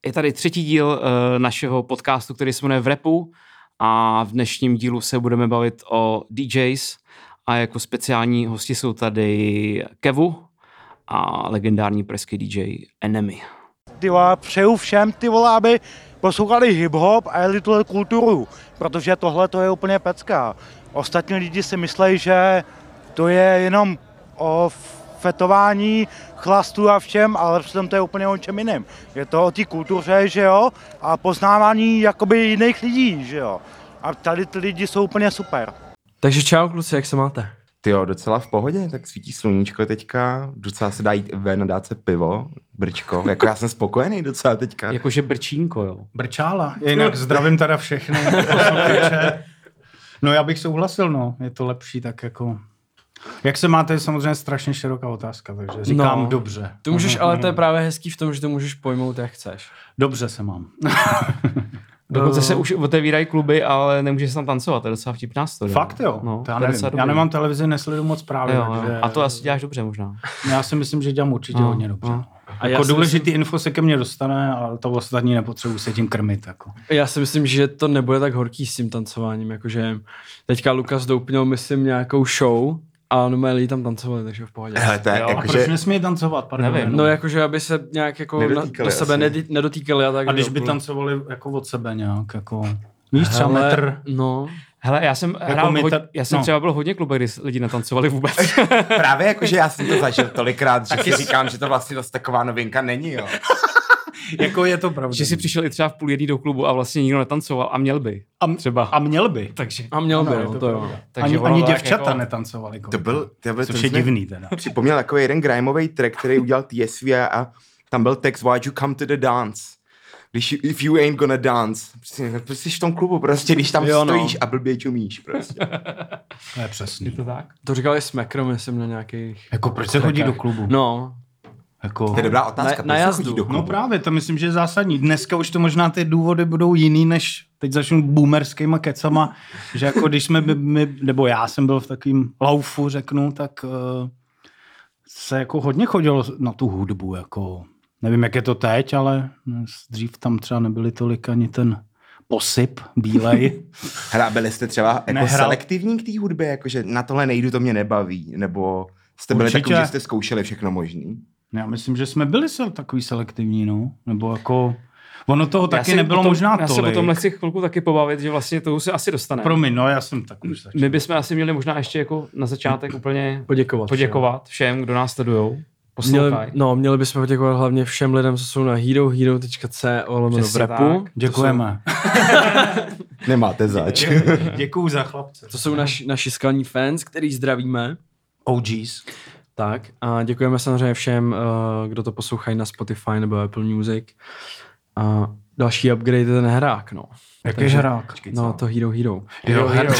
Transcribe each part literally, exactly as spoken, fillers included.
Je tady třetí díl uh, našeho podcastu, který se jmenuje V rapu a v dnešním dílu se budeme bavit o D Js a jako speciální hosti jsou tady Kevu a legendární pražský D J Enemy. Ty vole, přeju všem, ty vole, aby poslouchali hip-hop a jeli tuhle kulturu, protože tohle to je úplně pecka. Ostatní lidi si myslejí, že to je jenom o fetování, chlastu a všem, ale přitom to je úplně o čem jiným. Je to o té kultuře, že jo, a poznávání jakoby jiných lidí, že jo. A tady ty lidi jsou úplně super. Takže čau kluci, jak se máte? Tyjo, docela v pohodě, tak svítí sluníčko teďka, docela se dá jít ven a dát se pivo, brčko, jako já jsem spokojený docela teďka. Jakože brčínko, jo. Brčála, jinak zdravím teda všechny. No já bych souhlasil, no, je to lepší tak jako... Jak se máte, je samozřejmě strašně široká otázka, takže říkám no, dobře. To můžeš, ale to je právě hezký v tom, že to můžeš pojmout, jak chceš. Dobře se mám. Dokonce se už otevírají kluby, ale nemůžeš se tam tancovat, to je docela vtipná story. Fakt jo? No, to já, nevím. Já nemám televizi, nesleduju moc právě. Jo, takže... A to asi děláš dobře možná. Já si myslím, že dělám určitě no, hodně dobře. No. A jako důležitý myslím... info se ke mně dostane, ale to ostatní nepotřebuji se tím krmit. Jako. Já si myslím, že to nebude tak horký s tím tancováním, jakože teďka Lukas doupnil, myslím, nějakou show a no lidi tam tancovali, takže v pohodě. Hele, to je, jo, jako, a proč že... nesmí tancovat? Pardon, Nevím, no jakože aby se nějak jako nedotýkali do sebe asi. nedotýkali a tak. A když by tancovali jako od sebe nějak, jako... Víš, třeba metr... No... Hele, já jsem, jako hrál, ta... hodně, já jsem no. třeba byl hodně klubech, kdy lidi netancovali vůbec. Právě jakože já jsem to zažil tolikrát, že si říkám, že to vlastně dost taková novinka není, jo. Jako je to pravda. Že si přišel i třeba v půl jedný do klubu a vlastně nikdo netancoval a měl by. A, třeba. A měl by. Takže. A měl by, ano, no, to, to jo. Takže ani ani děvčata jako... netancovali. To byl, to byl což je divný teda. Připomněl takový jeden grimeový track, který udělal T S V a tam byl text Why'd you come to the dance? Když, if you ain't gonna dance. Prostě, prostě v tom klubu, prostě, když tam jo, stojíš no. a blbě čumíš, prostě. To je přesný. Je to tak? To říkali Smekro, myslím, na nějakých... Jako proč se chodí do klubu? No. Jako... To je dobrá otázka. Na, na jazdu. No právě, to myslím, že je zásadní. Dneska už to možná ty důvody budou jiný, než teď začnu boomerskýma kecama, že jako když jsme, my, nebo já jsem byl v takovým laufu, řeknu, tak uh, se jako hodně chodilo na tu hudbu, jako... Nevím, jak je to teď, ale dřív tam třeba nebyly tolik ani ten posyp bílej. Hele, byli jste třeba jako Nehrál. selektivní k té hudbě, jakože na tohle nejdu, to mě nebaví, nebo jste byli Určitě. takový, že jste zkoušeli všechno možný? Já myslím, že jsme byli sel, takový selektivní, no, nebo jako... Ono toho taky nebylo potom, možná já tolik. Já se potom nechci chvilku taky pobavit, že vlastně toho se asi dostane. Promiň, no já jsem tak už začal. My bychom asi měli možná ještě jako na začátek úplně Poděkovat. poděkovat všem, kdo nás sledujou. Měli, no, měli bychom poděkovat hlavně všem lidem, co jsou na hero hero tečka co lomeno v rapu. Děkujeme. Nemáte zač. Děkuju za chlapce. To jsou naši, naši skalní fans, který zdravíme. O Gs. Tak a děkujeme samozřejmě všem, kdo to poslouchají na Spotify nebo Apple Music. A další upgrade je ten hrák, no. Jaký hrák? No, to Hero Hero. Hero Hero.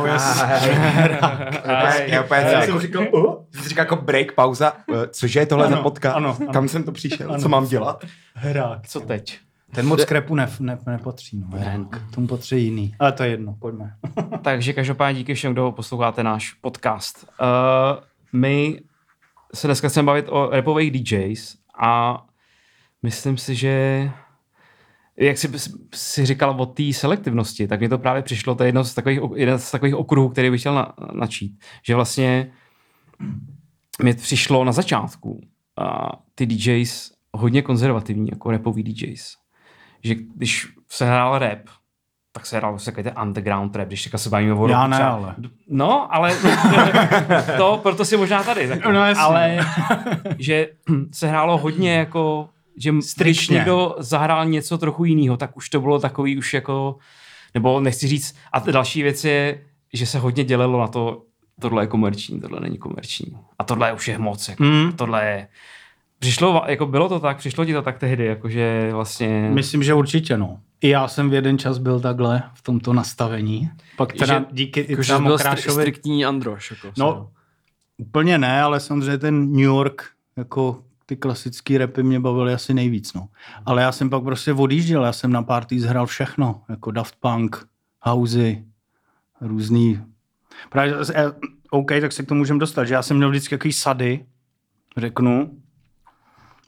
Já úplně jsem říkal, jsi říkal jako break, pauza, cože je tohle za podcast? Kam jsem to přišel? Co mám dělat? Hrák. Co teď? Ten moc krepu ne, ne, nepatří, no. Hrák. Tomu potří jiný. Ale to je jedno, pojďme. Takže každopádně díky všem, kdo posloucháte náš podcast. Uh, my se dneska chceme bavit o rapových D Js a myslím si, že jak jsi, jsi říkal o té selektivnosti, tak mi to právě přišlo, to je jedno z takových, jeden z takových okruhů, který bych chtěl na, načít. Že vlastně mi přišlo na začátku a ty D Js hodně konzervativní, jako rapový D Js. Že když se hrál rap, tak se hrál takový ten underground rap, když se bavíme o Já ne, ale. No, ale to, proto si možná tady. Tak, no, ale že se hrálo hodně jako že když někdo zahrál něco trochu jiného, tak už to bylo takový už jako, nebo nechci říct, a další věc je, že se hodně dělilo na to, tohle je komerční, tohle není komerční. A tohle už je moc, jako, mm. tohle je, přišlo, jako bylo to tak, přišlo ti to tak tehdy, jakože vlastně... Myslím, že určitě, no. I já jsem v jeden čas byl takhle, v tomto nastavení. Pak teda že, díky jako, že byl stri- striktní androš. Jako, no, úplně ne, ale samozřejmě ten New York, jako ty klasický rapy mě bavily asi nejvíc, no. Ale já jsem pak prostě odjížděl, já jsem na party zhrál všechno, jako Daft Punk, Housey, různý... Právě, OK, tak se k tomu můžeme dostat, že já jsem měl vždycky jaký sady, řeknu,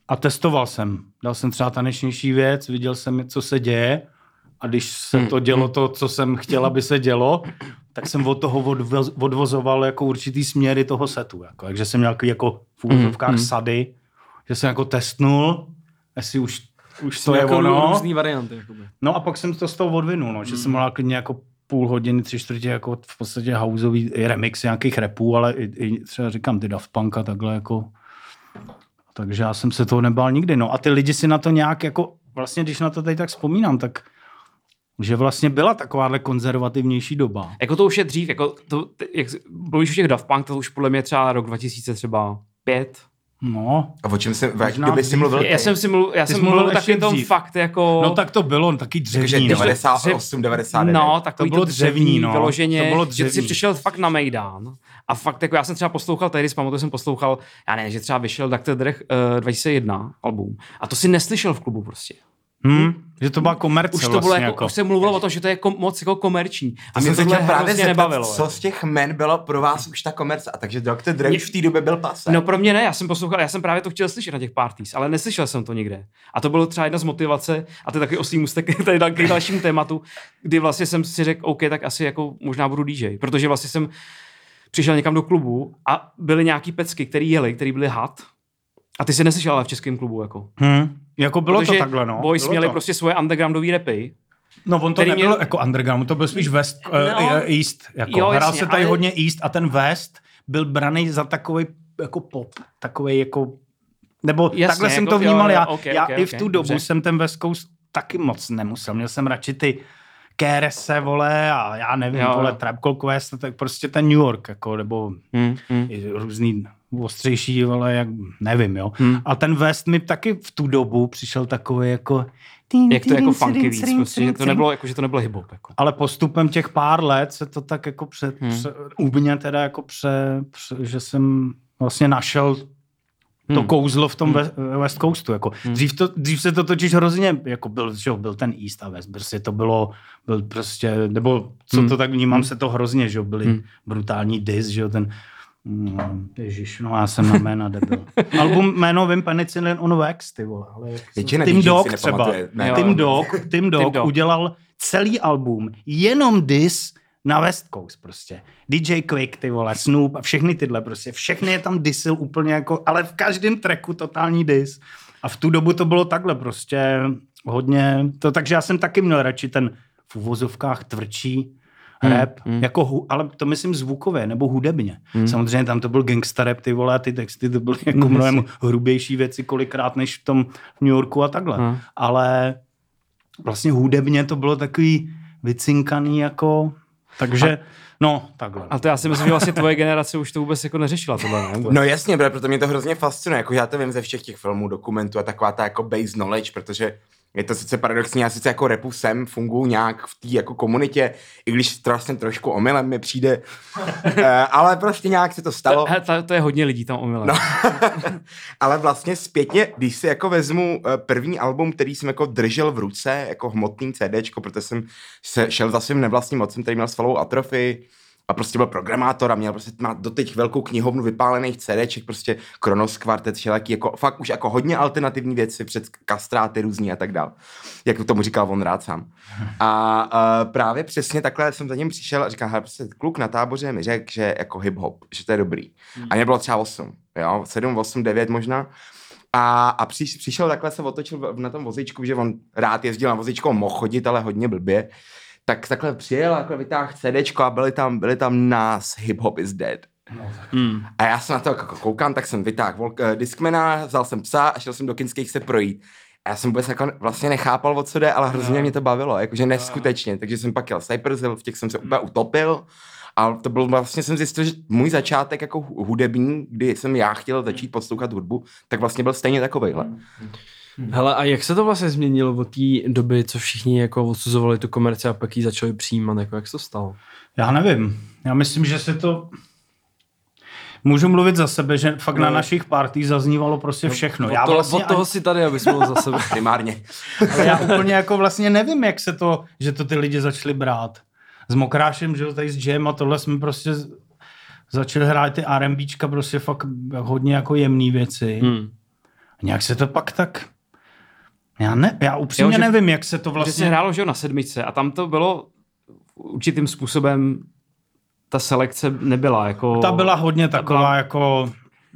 a testoval jsem. Dal jsem třeba tanečnější věc, viděl jsem, co se děje a když se to dělo to, co jsem chtěl, aby se dělo, tak jsem od toho odvoz, odvozoval jako určitý směry toho setu. Jako. Takže jsem měl jako v úvodovkách sady, že jsem jako testnul, jestli už, už to je jako ono. Různý varianty. Jakoby. No a pak jsem to z toho odvinul, no, že jsem mohl klidně jako půl hodiny, tři čtvrtě jako v podstatě houseový remix nějakých rapů, ale i, i třeba říkám ty Daft Punk a takhle jako. Takže já jsem se toho nebál nikdy. No a ty lidi si na to nějak jako, vlastně když na to tady tak vzpomínám, tak že vlastně byla takováhle konzervativnější doba. Jako to už je dřív, jako to, jak mluvíš o těch Daft Punk, to už podle mě třeba rok dva tisíce třeba pět. No. A o čem jsem, v jaké době jsi mluvil? Já jsem si mluvil, já Ty jsem jsi mluvil mluvil taky ještě tom dřív. fakt jako... No tak to bylo taky Takže dřevní. devadesát osm, devadesát devět. No, takový To bylo to dřevní, dřevní, no. vyloženě, To bylo že dřevní. jsi přišel fakt na Mejdán a fakt jako já jsem třeba poslouchal, tehdy si pamatuju, jsem poslouchal, já ne, že třeba vyšel doktor Dre uh, dva tisíce jedna album a to si neslyšel v klubu prostě. Hmm, že to byla komerce Už to vlastně bylo jako, jako. už se mluvilo o tom, že to je kom, moc jako komerční. A A mě jsem se tohle chtěl právě hrozně zeptat, nebavilo. co jako. z těch men bylo pro vás už ta komerce. A takže doktor Dre Mě- už v té době byl pase. No pro mě ne, já jsem poslouchal, já jsem právě to chtěl slyšet na těch parties, ale neslyšel jsem to nikde. A to bylo třeba jedna z motivace, a to je takový oslý můstek tady k dalšímu tématu, kdy vlastně jsem si řekl, OK, tak asi jako možná budu D J, protože vlastně jsem přišel někam do klubu a byly nějaký pecky, který jeli, který byly had. A ty jsi neslyšel ale v českém klubu, jako. Hmm, jako bylo Protože to takhle, no. Boys Bylo měli to. prostě svoje undergroundové rapy. No on to který nebylo měl- jako underground, to byl spíš West, No. uh, East. Jako. Jo, Hrál jasně, se tady ale- hodně East a ten West byl braný za takový jako pop, takový jako, nebo Jasně, takhle jsem jako- to vnímal jo, jo, já. ok, já ok, i v ok, tu dobu dobře. jsem ten West Coast taky moc nemusel. Měl jsem radši ty K R S, vole, a já nevím, Jo, vole, jo. Tribe Called Quest, tak prostě ten New York, jako, nebo Hmm, hmm. i různý ostřejší, ale jak, nevím, jo. Hmm. A ten West mi taky v tu dobu přišel takový jako... Jak to jako funky víc, prostě, že to nebylo, jako, že to nebylo hip-hop, jako. Ale postupem těch pár let se to tak jako před, Hmm. pře, u mě teda jako pře, pře, že jsem vlastně našel to Hmm. kouzlo v tom West, West Coastu. Jako. Hmm. Dřív, to, dřív se to totiž hrozně, jako byl, že jo, byl ten East a West, prostě to bylo, byl prostě, nebo co Hmm. to tak vnímám, se to hrozně, že jo, byly Hmm. brutální diss, že jo, ten No, ježiš, no já jsem na jména debil. Album jméno vím, Penicillin on Wax, ty vole. Ale Většina Tim D J si Dog třeba. nepamatuje. Ne, Tim jo. Dog, Tim Dog Dog. udělal celý album, jenom diss na West Coast prostě. D J Quick, ty vole, Snoop a všechny tyhle prostě. Všechny je tam dissil úplně jako, ale v každém tracku totální diss. A v tu dobu to bylo takhle prostě hodně, to, takže já jsem taky měl radši ten v uvozovkách tvrdší rap, Hmm, hmm. jako, hu, ale to myslím zvukově, nebo hudebně. Hmm. Samozřejmě tam to byl gangsta rap, ty vole, a ty texty to byly jako Hmm, mnohem hrubější věci kolikrát než v tom v New Yorku a takhle. Hmm. Ale vlastně hudebně to bylo takový vycinkaný jako, takže, no, takhle. A to já si myslím, že vlastně tvoje generace už to vůbec jako neřešila tohle, ne? No jasně, bro, proto mě to hrozně fascinuje, jako já to vím ze všech těch filmů, dokumentů a taková ta jako base knowledge, protože je to sice paradoxní, já sice jako rapu sem funguji nějak v té jako komunitě, i když to vlastně trošku omylem mi přijde, uh, ale prostě nějak se to stalo. To, to, to je hodně lidí tam omylem. No. Ale vlastně zpětně, když si jako vezmu uh, první album, který jsem jako držel v ruce, jako hmotný CDčko, protože jsem se šel za svým nevlastním otcem, který měl svalovou atrofii, a prostě byl programátor a měl prostě má doteď velkou knihovnu vypálených CDček, prostě Kronos kvartet, všelaký, jako fakt už jako hodně alternativní věci, před kastráty různý a tak dál. Jak tomu říkal on rád sám. A uh, právě přesně takhle jsem za ním přišel a říkal, hele, prostě kluk na táboře mi řekl, že jako hip-hop, že to je dobrý. A mě bylo třeba osm, jo, sedm, osm, devět možná. A, a přiš, přišel takhle, se otočil na tom vozíčku, že on rád jezdil na vozíčku, mohl chodit, ale hodně blbě. Tak takhle přijel a takhle vytáhl CDčko a byli tam, byli tam nás Hip Hop is Dead. Hmm. A já jsem na to jako koukám, tak jsem vytáhl uh, Discmana, vzal jsem psa a šel jsem do kinských se projít. A já jsem vůbec jako vlastně nechápal, o co jde, ale hrozně no. mě to bavilo, jakože neskutečně. Takže jsem pak jel Cypress Hill, v těch jsem se úplně utopil. A to byl vlastně, jsem zjistil, že můj začátek jako hudební, kdy jsem já chtěl začít poslouchat hudbu, tak vlastně byl stejně takovejhle. Hele, a jak se to vlastně změnilo od té doby, co všichni jako odsuzovali tu komerci a pak ji začali přijímat, jako jak se to stalo? Já nevím. Já myslím, že se to... Můžu mluvit za sebe, že fakt no. na našich partích zaznívalo prostě všechno. Od, Já to, vlastně od toho ani, si tady, abys mluvil za sebe. Primárně. ale já úplně jako vlastně nevím, jak se to, že to ty lidi začali brát. S Mokrášem, že jo, tady s Jam a tohle jsme prostě začali hrát ty RMBčka, prostě fakt hodně jako jemný věci. Hmm. A nějak se to pak tak... Já, ne, já upřímně jo, že, nevím, jak se to vlastně... Že se hrálo, že jo, na sedmičce a tam to bylo určitým způsobem ta selekce nebyla jako... Ta byla hodně taková byla, jako...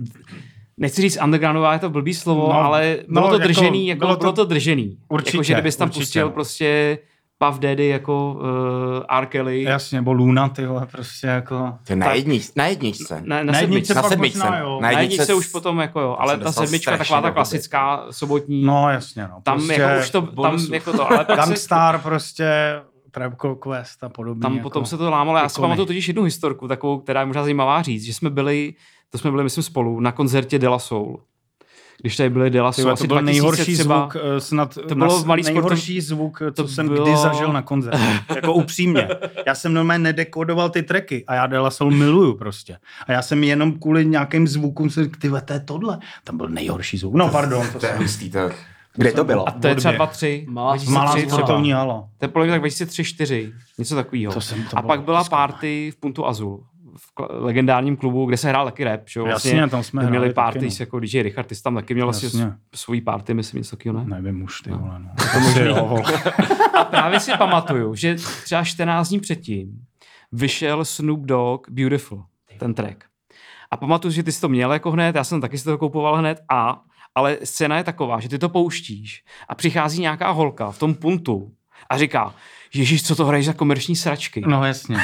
Nechci říct undergroundová, je to blbý slovo, no, ale bylo no, to držený, jako, bylo, to, bylo to držený. Určitě, jako, že kdybys tam určitě. pustil prostě Puff Daddy jako uh, R. Kelly. Jasně, nebo Luna, tyhle, prostě jako... To na, jednič, na jedničce. Na, na, Na sedmičce. jedničce Na pak sedmičce. možná, jo. Na jedničce s- už potom jako jo, ale jsem ta dostal sedmička strašně taková ta do klasická sobotní. No jasně, no. tam prostě jako už to, tam jako to, ale pak se, Gangstar prostě, Tribe Called Quest a podobně. tam jako, potom se to lámalo. Já si ikony. pamatuju totiž jednu historku, takovou, která je možná zajímavá říct, že jsme byli, to jsme byli myslím spolu, na koncertě De La Soul. Když tady byli De La Soul, Tyhle, asi to byl dva tisíce nejhorší třeba, zvuk, eh, snad to bylo na, v malý nejhorší zvuk, co to jsem bylo- kdy zažil na koncertu. Jako upřímně. Já jsem normálně nedekodoval ty tracky a já De La Soul miluju prostě. A já jsem jenom kvůli nějakým zvukům se, tyhle, to je tohle. Tam byl nejhorší zvuk. No pardon. To To je jsem, hustý, to... Kde to bylo? a to je třeba Hudbě. dva tři, Malá- malá dva tisíce tři třeba. sportovní hala. To je podle mě tak dva tisíce tři čtyři, něco takového. To jsem- to A bylo pak byla skvělé. party v Puntu Azul, v kl- legendárním klubu, kde se hrál taky rap. Že? jo? Jasně, tam jsme měli hráli party taky, no. jako D J Richard, ty jsi tam taky měl asi Jasně. svůj party, myslím, něco takového, ne? Nevím už, ty vole, no. To možný. Jo, vole. A právě si pamatuju, že třeba čtrnáct dní předtím vyšel Snoop Dogg Beautiful, ten track. A pamatuju, že ty jsi to měl jako hned, já jsem taky si to koupoval hned a, ale scéna je taková, že ty to pouštíš a přichází nějaká holka v tom puntu a říká, Ježíš, co to hraješ za komerční sračky? No jasně.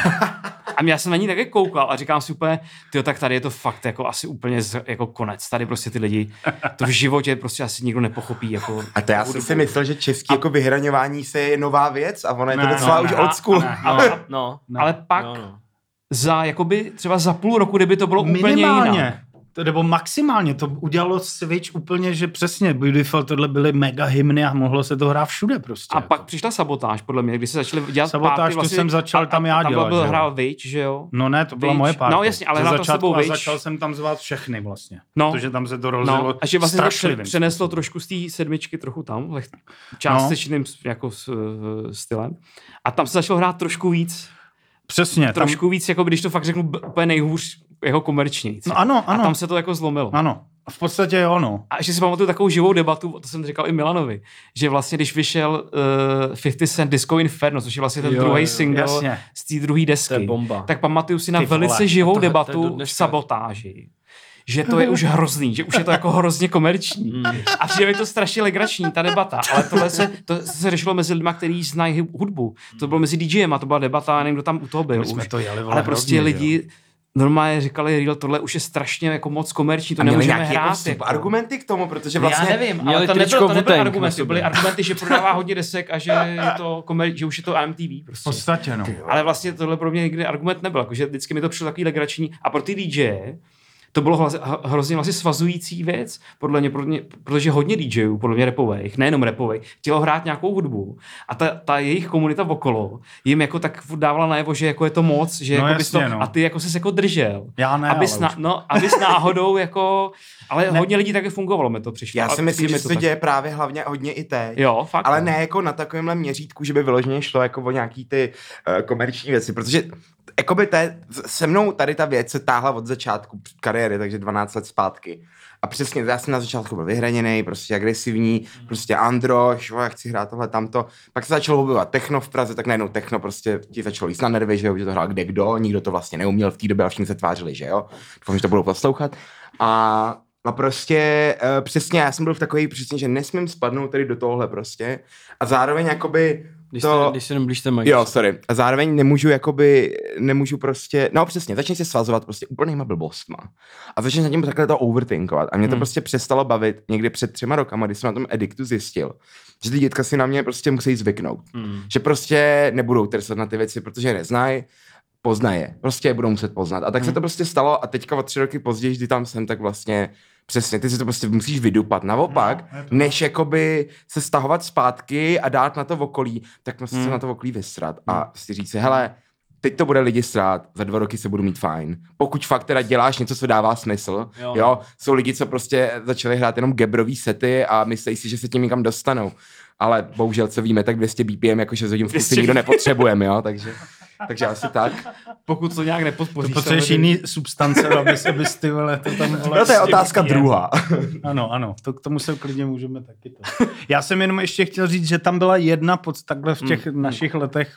A já jsem na ní také koukal a říkám si úplně, tyjo, tak tady je to fakt jako asi úplně z, jako konec. Tady prostě ty lidi, to v životě prostě asi nikdo nepochopí. Jako A to já jsem si myslel, že český jako vyhraňování se je nová věc a ono je to Ne, docela no, už ne, old school. ne. ale, No. ale pak No, no. za, jakoby třeba za půl roku, kdyby to bylo úplně Minimálně. jinak. To, nebo maximálně, to udělalo switch úplně, že přesně Beautiful, tohle byly mega hymny a mohlo se to hrát všude prostě. A pak přišla Sabotáž, podle mě, když se začali dělat Sabotáž, party. to Vlastně, jsem začal tam já a, tam dělat, byl že jo? hrál Vich, že jo? No ne, to byla Vich. moje party. No jasně, ale Ze hrál tam s začátku tebou a Vich. začal jsem tam zvát všechny vlastně. No. Protože tam se to rozjelo No, a že vlastně to pře- strašlivým přeneslo trošku z té sedmičky trochu tam, leh- částečným no. jako s, uh, stylem. A tam se začalo hrát trošku víc, Přesně. Tam, trošku víc, jako když to fakt řeknu b- úplně nejhůř, jako komerčnějc. no ano, ano. A tam se to jako zlomilo. Ano. V podstatě jo, no. A ještě si pamatuju takovou živou debatu, to jsem říkal i Milanovi, že vlastně když vyšel uh, fifty Cent Disco Inferno, což je vlastně ten Jo, druhý jo, single jasně. z té druhé desky, To je bomba. tak pamatuju si na Ty vole, velice živou to- to je do debatu v dneška. Sabotáži. Že to je už hrozný, že už je to jako hrozně komerční. Mm. A přijde mi to strašně legrační, ta debata. Ale tohle se, to se řešilo mezi lidmi, kteří znají hudbu. To bylo mezi DJem a to byla debata, já nevím, kdo tam u toho byl. My jsme už. to jeli, vole, Ale prostě hrozně, lidi normálně říkali, real, tohle už je strašně jako moc komerční, to A měli nemůžeme nějaké hrát. jako argumenty k tomu, protože Vlastně, vlastně... já nevím, měli ale to, tričko nebylo, to nebyly Wu-Tang na argumenty, sobě. byly argumenty, že prodává hodně desek a že, je to komer, že už je to M T V. V Prostě. podstatě, no. Ale vlastně tohle pro mě nikdy argument nebyl, jakože vždycky mi to přišlo takový legrační a pro ty D J to bylo hla- h- hrozně vlastně svazující věc, podle mě, podle mě, protože hodně DJů, podle mě rapových, nejenom rapových, chtělo hrát nějakou hudbu a ta, ta jejich komunita okolo jim jako tak furt dávala najevo, že jako je to moc, že No jako bys jasně, to, no. a ty jako ses jako držel. Já ne, abys, ale na, už. no, abys náhodou jako, ale hodně lidí taky fungovalo, mi to přišlo. Já A si myslím, přijde že mi se to to tak. děje právě hlavně hodně i teď. Jo, fakt. Ale ne jako na takovémhle měřítku, že by vyloženě šlo jako o nějaký ty uh, komerční věci, protože jakoby té, se mnou tady ta věc se táhla od začátku kariéry, takže dvanáct let zpátky. A přesně, já jsem na začátku byl vyhraněný, prostě agresivní, prostě androš, já chci hrát tohle, tamto. Pak se začalo objevovat techno v Praze, tak najednou techno prostě ti začalo jít na nervy, že jo, že to hrál kde kdo, nikdo to vlastně neuměl v té době a všichni se tvářili, že jo. Doufám, že to budou poslouchat. A A prostě uh, přesně, já jsem byl v takový přesně, že nesmím spadnout tady do tohohle prostě. A zároveň jakoby Když, to... jste, když se jenom blížte Mike. Jo, sorry. A zároveň nemůžu jakoby, nemůžu prostě, no přesně, začni se svazovat prostě úplnýma blbostma. A začni na tím takhle to overthinkovat. A mě to Hmm. prostě přestalo bavit někdy před třema rokama, když jsem na tom Ediktu zjistil, že ty dětka si na mě prostě musí zvyknout. Hmm. Že prostě nebudou trsat na ty věci, protože je neznají, poznají je. Prostě je budou muset poznat. A tak se to prostě stalo a teďka o tři roky později, kdy tam jsem, tak vlastně přesně, ty si to prostě musíš vydupat. Naopak, No, je to než jakoby se stahovat zpátky a dát na to v okolí, tak prostě Hmm. se na to v okolí vysrat a si říct si, hele, teď to bude lidi srát, za dva roky se budu mít fajn. Pokud fakt teda děláš něco, co dává smysl, jo, Jo. jo jsou lidi, co prostě začali hrát jenom gebrový sety a myslí si, že se tím někam dostanou. Ale bohužel, co víme, tak dvě stě B P M jakože z hodin v kuse nikdo nepotřebujeme, jo, takže... Takže asi tak. Pokud to nějak nepodpoříš. To potřebuješ jiný substance, aby se bys ty vole, to tam vole, No to je otázka druhá. Ano, ano, to k tomu se klidně můžeme taky to. Já jsem jenom ještě chtěl říct, že tam byla jedna pod, takhle v těch hmm. našich letech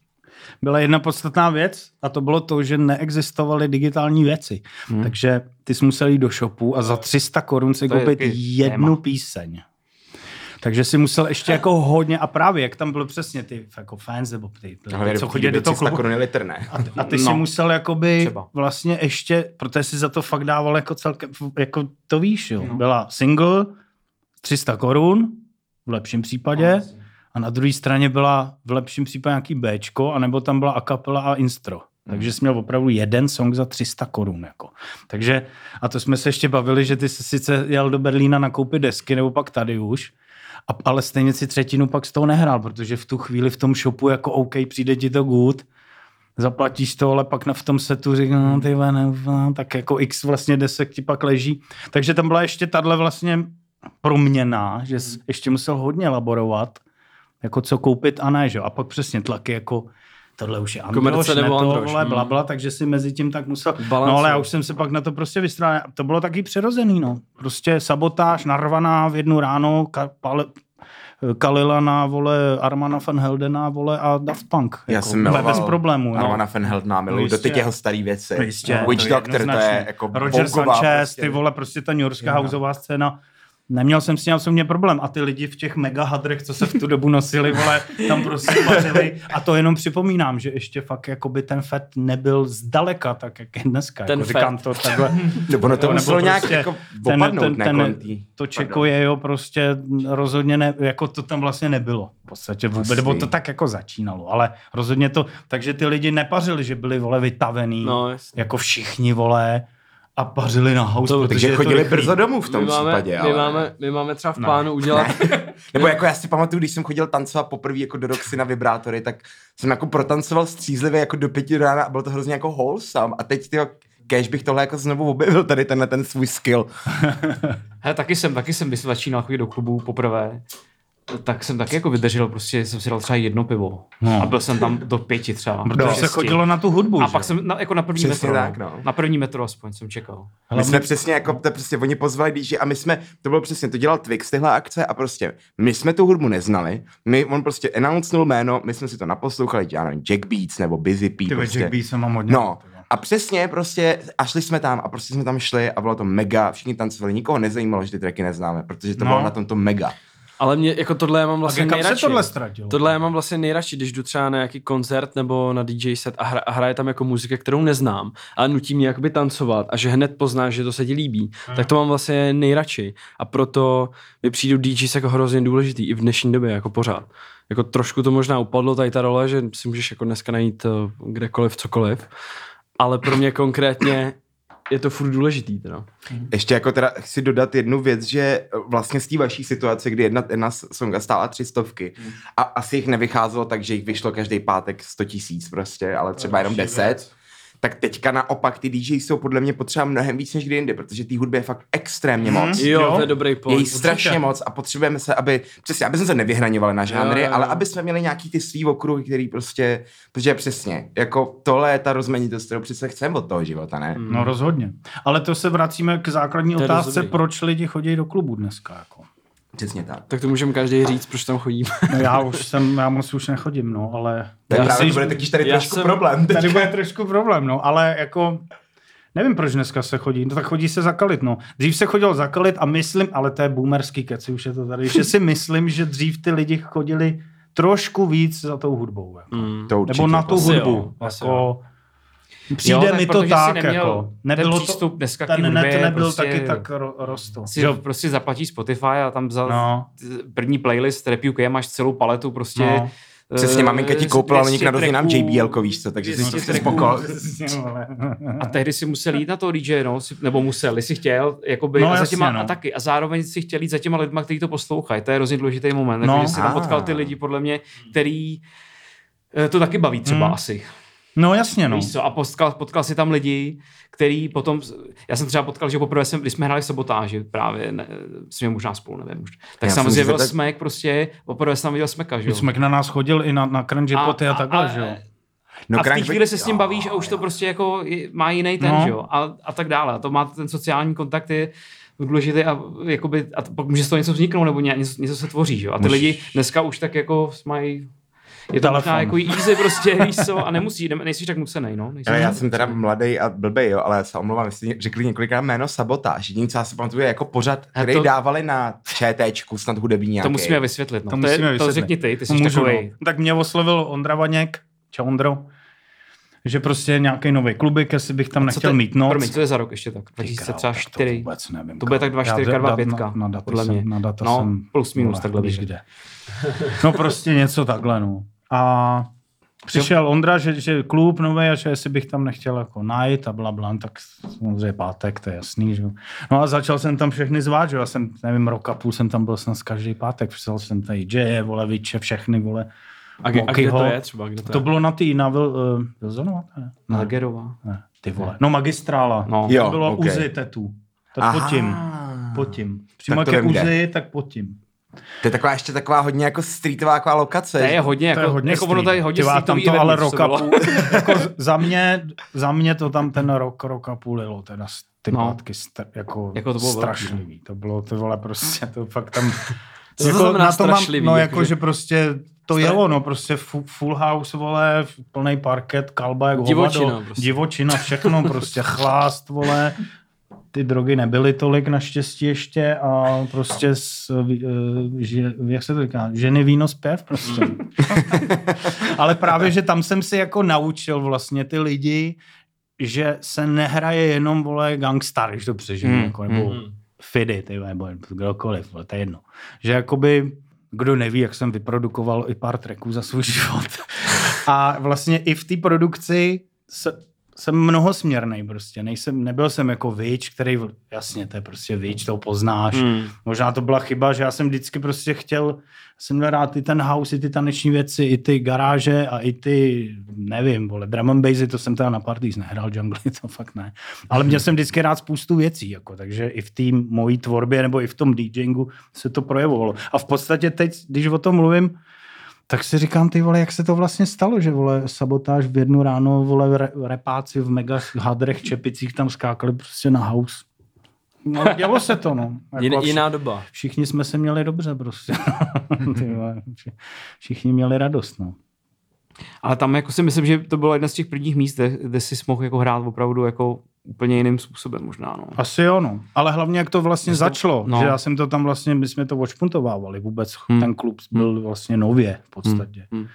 byla jedna podstatná věc a to bylo to, že neexistovaly digitální věci. Hmm. Takže ty jsi musel jít do shopu a za tři sta korun si koupit jednu téma. Píseň. Takže si musel ještě jako hodně, a právě jak tam bylo přesně ty jako fans, nebo ty, ty co chodí do toho klubu. Litr, ne? A, a ty no. si musel jakoby třeba. Vlastně ještě, protože si za to fakt dával jako celkem, jako to víš, jo. No. Byla single, tři sta korun, v lepším případě, no, a na druhé straně byla v lepším případě nějaký béčko, anebo tam byla a cappella a instro. Takže jsi měl opravdu jeden song za tři sta korun. Jako. Takže, a to jsme se ještě bavili, že ty jsi sice jel do Berlína nakoupit desky, nebo pak tady už, a, ale stejně si třetinu pak z toho nehrál, protože v tu chvíli v tom shopu jako OK, přijde ti to good, zaplatíš to, ale pak na v tom setu říká, no ty ne, tak jako x vlastně desek ti pak leží. Takže tam byla ještě tahle vlastně proměna, že jsi ještě musel hodně laborovat, jako co koupit a ne, že? A pak přesně tlaky jako tohle už je Androš, ne to, vole, blabla, takže si mezi tím tak musel, Balance. No ale já už jsem se pak na to prostě vystrál, to bylo taky přirozený, no. Prostě sabotáž, narvaná v jednu ráno, ka, pale, Kalila na, vole, Armana van Heldena, vole, a Daft Punk. Já jako, jsem miloval bez problémů. Armana van Heldena, miluji do těch jeho starý věci. Jistě, Witch to Doctor, to je jako Roger Sanchez, prostě. Ty vole, prostě ta newyorská houseová scéna. Neměl jsem s tím mě problém. A ty lidi v těch mega hadrech, co se v tu dobu nosili, vole, tam prostě pařili. A to jenom připomínám, že ještě fakt jakoby ten fet nebyl zdaleka tak, jak je dneska. Ten jako, fet. Říkám to takhle. Nebo to muselo nějak prostě jako opadnout. Ten, ten, ten, to čeko je, jo, prostě rozhodně ne, jako to tam vlastně nebylo. V podstatě vůbec, nebo to tak jako začínalo. Ale rozhodně to, takže ty lidi nepařili, že byli, vole, vytavený. No, jako všichni, vole, a pařili na house, to, takže chodili brzo domů v tom my máme, případě. My, ale... máme, my máme třeba v plánu no. udělat... Nebo jako já si pamatuju, když jsem chodil tancovat poprvé jako do Roxy na vibrátory, tak jsem jako protancoval střízlivě jako do pěti rána a bylo to hrozně jako wholesome. A teď tyjo, kéž bych tohle jako znovu objevil, tady tenhle ten svůj skill. Hele, taky jsem, taky jsem, když jsem začínal chodit do klubu poprvé, tak jsem taky jako vydržel, prostě jsem si dal třeba jedno pivo. No. A byl jsem tam do pěti třeba. Protože se chodilo na tu hudbu, a že? pak jsem na, jako na první přesně metro. Tak, no. Na první metro aspoň jsem čekal. My jsme přesně jako, to prostě oni pozvali D J a my jsme, to bylo přesně, to dělal Twix, tyhle akce a prostě my jsme tu hudbu neznali, my, on prostě announcenul jméno, my jsme si to naposlouchali, já nevím, Jack Beats nebo Busy P. Ty prostě. Jack Beats jsem mám hodně. No. A přesně prostě, a šli jsme tam a prostě jsme tam šli a bylo to mega, všichni tancovali, nikoho nezajímalo, že ty tracky neznáme, protože to no. bylo na tomto mega. Ale mě, jako tohle já mám vlastně a nejradši. Se tohle ztratilo? Tohle já mám vlastně nejradši, když jdu třeba na nějaký koncert nebo na D J set a, hra, a hraje tam jako muzika, kterou neznám, ale nutí mě jakoby tancovat a že hned poznáš, že to se ti líbí, hmm. tak to mám vlastně nejradši. A proto mi přijdu D Js jako hrozně důležitý i v dnešní době, jako pořád. Jako trošku to možná upadlo tady ta role, že si můžeš jako dneska najít kdekoliv, cokoliv, ale pro mě konkrétně je to furt důležitý teda. Ještě jako teda chci dodat jednu věc, že vlastně z té vaší situace, kdy jedna, jedna songa stála tři stovky mm. a asi jich nevycházelo tak, že jich vyšlo každý pátek sto tisíc prostě, ale třeba jenom deset. Tak teďka naopak ty D J jsou podle mě potřeba mnohem víc než kdy jindy, protože té hudby je fakt extrémně moc. Mm, jo, to je dobrý point. Je jí strašně moc a potřebujeme se, aby, přesně, aby jsme se nevyhraňovali na žánry, jo, jo. ale aby jsme měli nějaký ty svý okruhy, který prostě, protože přesně, jako tohle je ta rozmanitost, kterou přece chceme od toho života, ne? No rozhodně. Ale to se vracíme k základní otázce, proč lidi chodí do klubu dneska, jako. Přesně tak. Tak to můžeme každý říct, proč tam chodíme. No já už jsem, já moc už nechodím, no, ale... Tak právě to bude taky tady trošku jsem, problém. Tady bude trošku problém, no, ale jako... Nevím, proč dneska se chodí, no tak chodí se zakalit, no. Dřív se chodil zakalit a myslím, ale to je boomerský keci, už je to tady, že si myslím, že dřív ty lidi chodili trošku víc za tou hudbou, jako. Mm, to nebo na tu hudbu, jo, jako... Přijde jo, mi to tak, jako. Nebylo přístup to, dneska ten hudbě, net nebyl prostě, taky tak ro, rostl. Si prostě zaplatí Spotify a tam za no. první playlist Rap U K máš celou paletu prostě. No. Přesně, maminka ti koupila, ale nikdo nám J B L ko, víš co, takže si prostě spokojil. A tehdy si musel jít na to D J, no, nebo musel, jestli chtěl, jakoby, no, a, za těma, jasně, no. a taky, a zároveň si chtěl jít za těma lidma, kteří to poslouchají, to je hrozně důležitý moment, no. takže si tam potkal ty lidi, podle mě, který to taky baví třeba hmm. asi. No jasně, no. Víš co, a potkal, potkal si tam lidi, který potom, já jsem třeba potkal, že poprvé jsem, když jsme hráli Sabotáži právě, ne, jsme možná spolu, nevím už, tak já samozřejmě byl tak... Smek prostě, poprvé jsem tam viděl Smeka, že jo. Smek na nás chodil i na, na Cringe Poty a, a takhle, že jo. No, a v té chvíli se s ním bavíš a už to prostě jako má jiný ten, no. jo, a, a tak dále. A to má ten sociální kontakt je důležitý a jakoby, a pak může z toho něco vzniknout, nebo něco, něco se tvoří, jo. A ty Můž... lidi dneska už tak jako mají, je to možná jako easy prostě, víš co, a nemusí, nejsi tak nucenej, no. Já, já jsem teda mladý a blbej, jo, ale se omlouvám, jestli řekli několikrát jméno Sabotáž. Jediný, co já si pamatuju, je jako pořad, který to... dávali na ČTčku, snad hudební nějaký. To musíme vysvětlit, no. To, to, je, vysvětlit. to řekni ty, ty jsi Můžu, takovej. No. Tak mě oslovil Ondra Vaněk, čau Ondro, že prostě nějaký nový klubik, jestli bych tam nechtěl te, mít noc. Promiň, to je za rok ještě tak, dva tisíce čtyři. To vůbec nevím. To bude tak dva tisíce čtyři, dva tisíce pět, na, na, na podle mě. Jsem, na data no, jsem, plus minus vole, takhle víš kde. No prostě něco takhle, no. A přišel Ondra, že, že klub nový a že jestli bych tam nechtěl jako najít a blabla, tak samozřejmě pátek, to je jasný, že jo. No a začal jsem tam všechny zvát, že jo. Já jsem, nevím, rok a půl jsem tam byl snad každý pátek, přišel jsem tady J, vole, Viče, všechny, vole. A, a kde to je třeba? Kde to, to je? bylo na tý, na Vil, uh, Vilzonova? Na Lagerová. Ne, ty vole. No magistrála. No. Jo, to bylo okay. Uzi tetu. Tak pod tím. Pod tím. Přímo jak je Uzi, tak pod tím. To je taková ještě taková hodně jako streetová taková lokace. To je hodně, jako, to je hodně jako ono tady hodně streetový. Tam to ale rok a půl. Jako za, mě, za mě to tam ten rok, rok a půl jelo. Teda ty no. Pátky st- jako, jako to bylo strašlivý. Velký. To bylo, to vole prostě, to fakt tam... To jako, na to mám, no jako, že prostě to Stra... jelo, no prostě full house, vole, plný parket, kalba, jak divočina, hovado, prostě. divočina, všechno, prostě chlást, vole, ty drogy nebyly tolik naštěstí ještě a prostě s, že, jak se to říká, ženy, víno, zpěv prostě. Ale právě, že tam jsem si jako naučil vlastně ty lidi, že se nehraje jenom, vole, Gangstar, když to přežiju, hmm. jako, nebo hmm. Fidy, ty, nebo kdokoliv, vole, to je jedno. Že jakoby, kdo neví, jak jsem vyprodukoval i pár tracků za svůj život. A vlastně i v té produkci se, jsem mnohosměrnej prostě. Nejsem, nebyl jsem jako Vič, který, jasně, to je prostě Vič, to poznáš. Hmm. Možná to byla chyba, že já jsem vždycky prostě chtěl, jsem měl rád i ten house, i ty taneční věci, i ty garáže a i ty, nevím, vole, drum and bassy, to jsem teda na parties nehrál, jungle, to fakt ne. Ale měl jsem vždycky rád spoustu věcí, jako, takže i v té mojí tvorbě nebo i v tom DJingu se to projevovalo. A v podstatě teď, když o tom mluvím, tak si říkám, ty vole, jak se to vlastně stalo, že vole, Sabotáž v jednu ráno, vole, re, repáci v mega hadrech, čepicích tam skákali prostě na house. No, dělo se to, no. Jako jiná doba. Všichni jsme se měli dobře, prostě. Ty vole, všichni měli radost, no. Ale tam jako si myslím, že to bylo jedna z těch prvních míst, kde, kde jsi mohl jako hrát opravdu jako úplně jiným způsobem možná, no. Asi jo, no. Ale hlavně jak to vlastně Myslím, začalo, no. Že já jsem to tam vlastně, my jsme to odšpuntovávali vůbec, hmm. ten klub byl hmm. vlastně nově v podstatě. Hmm.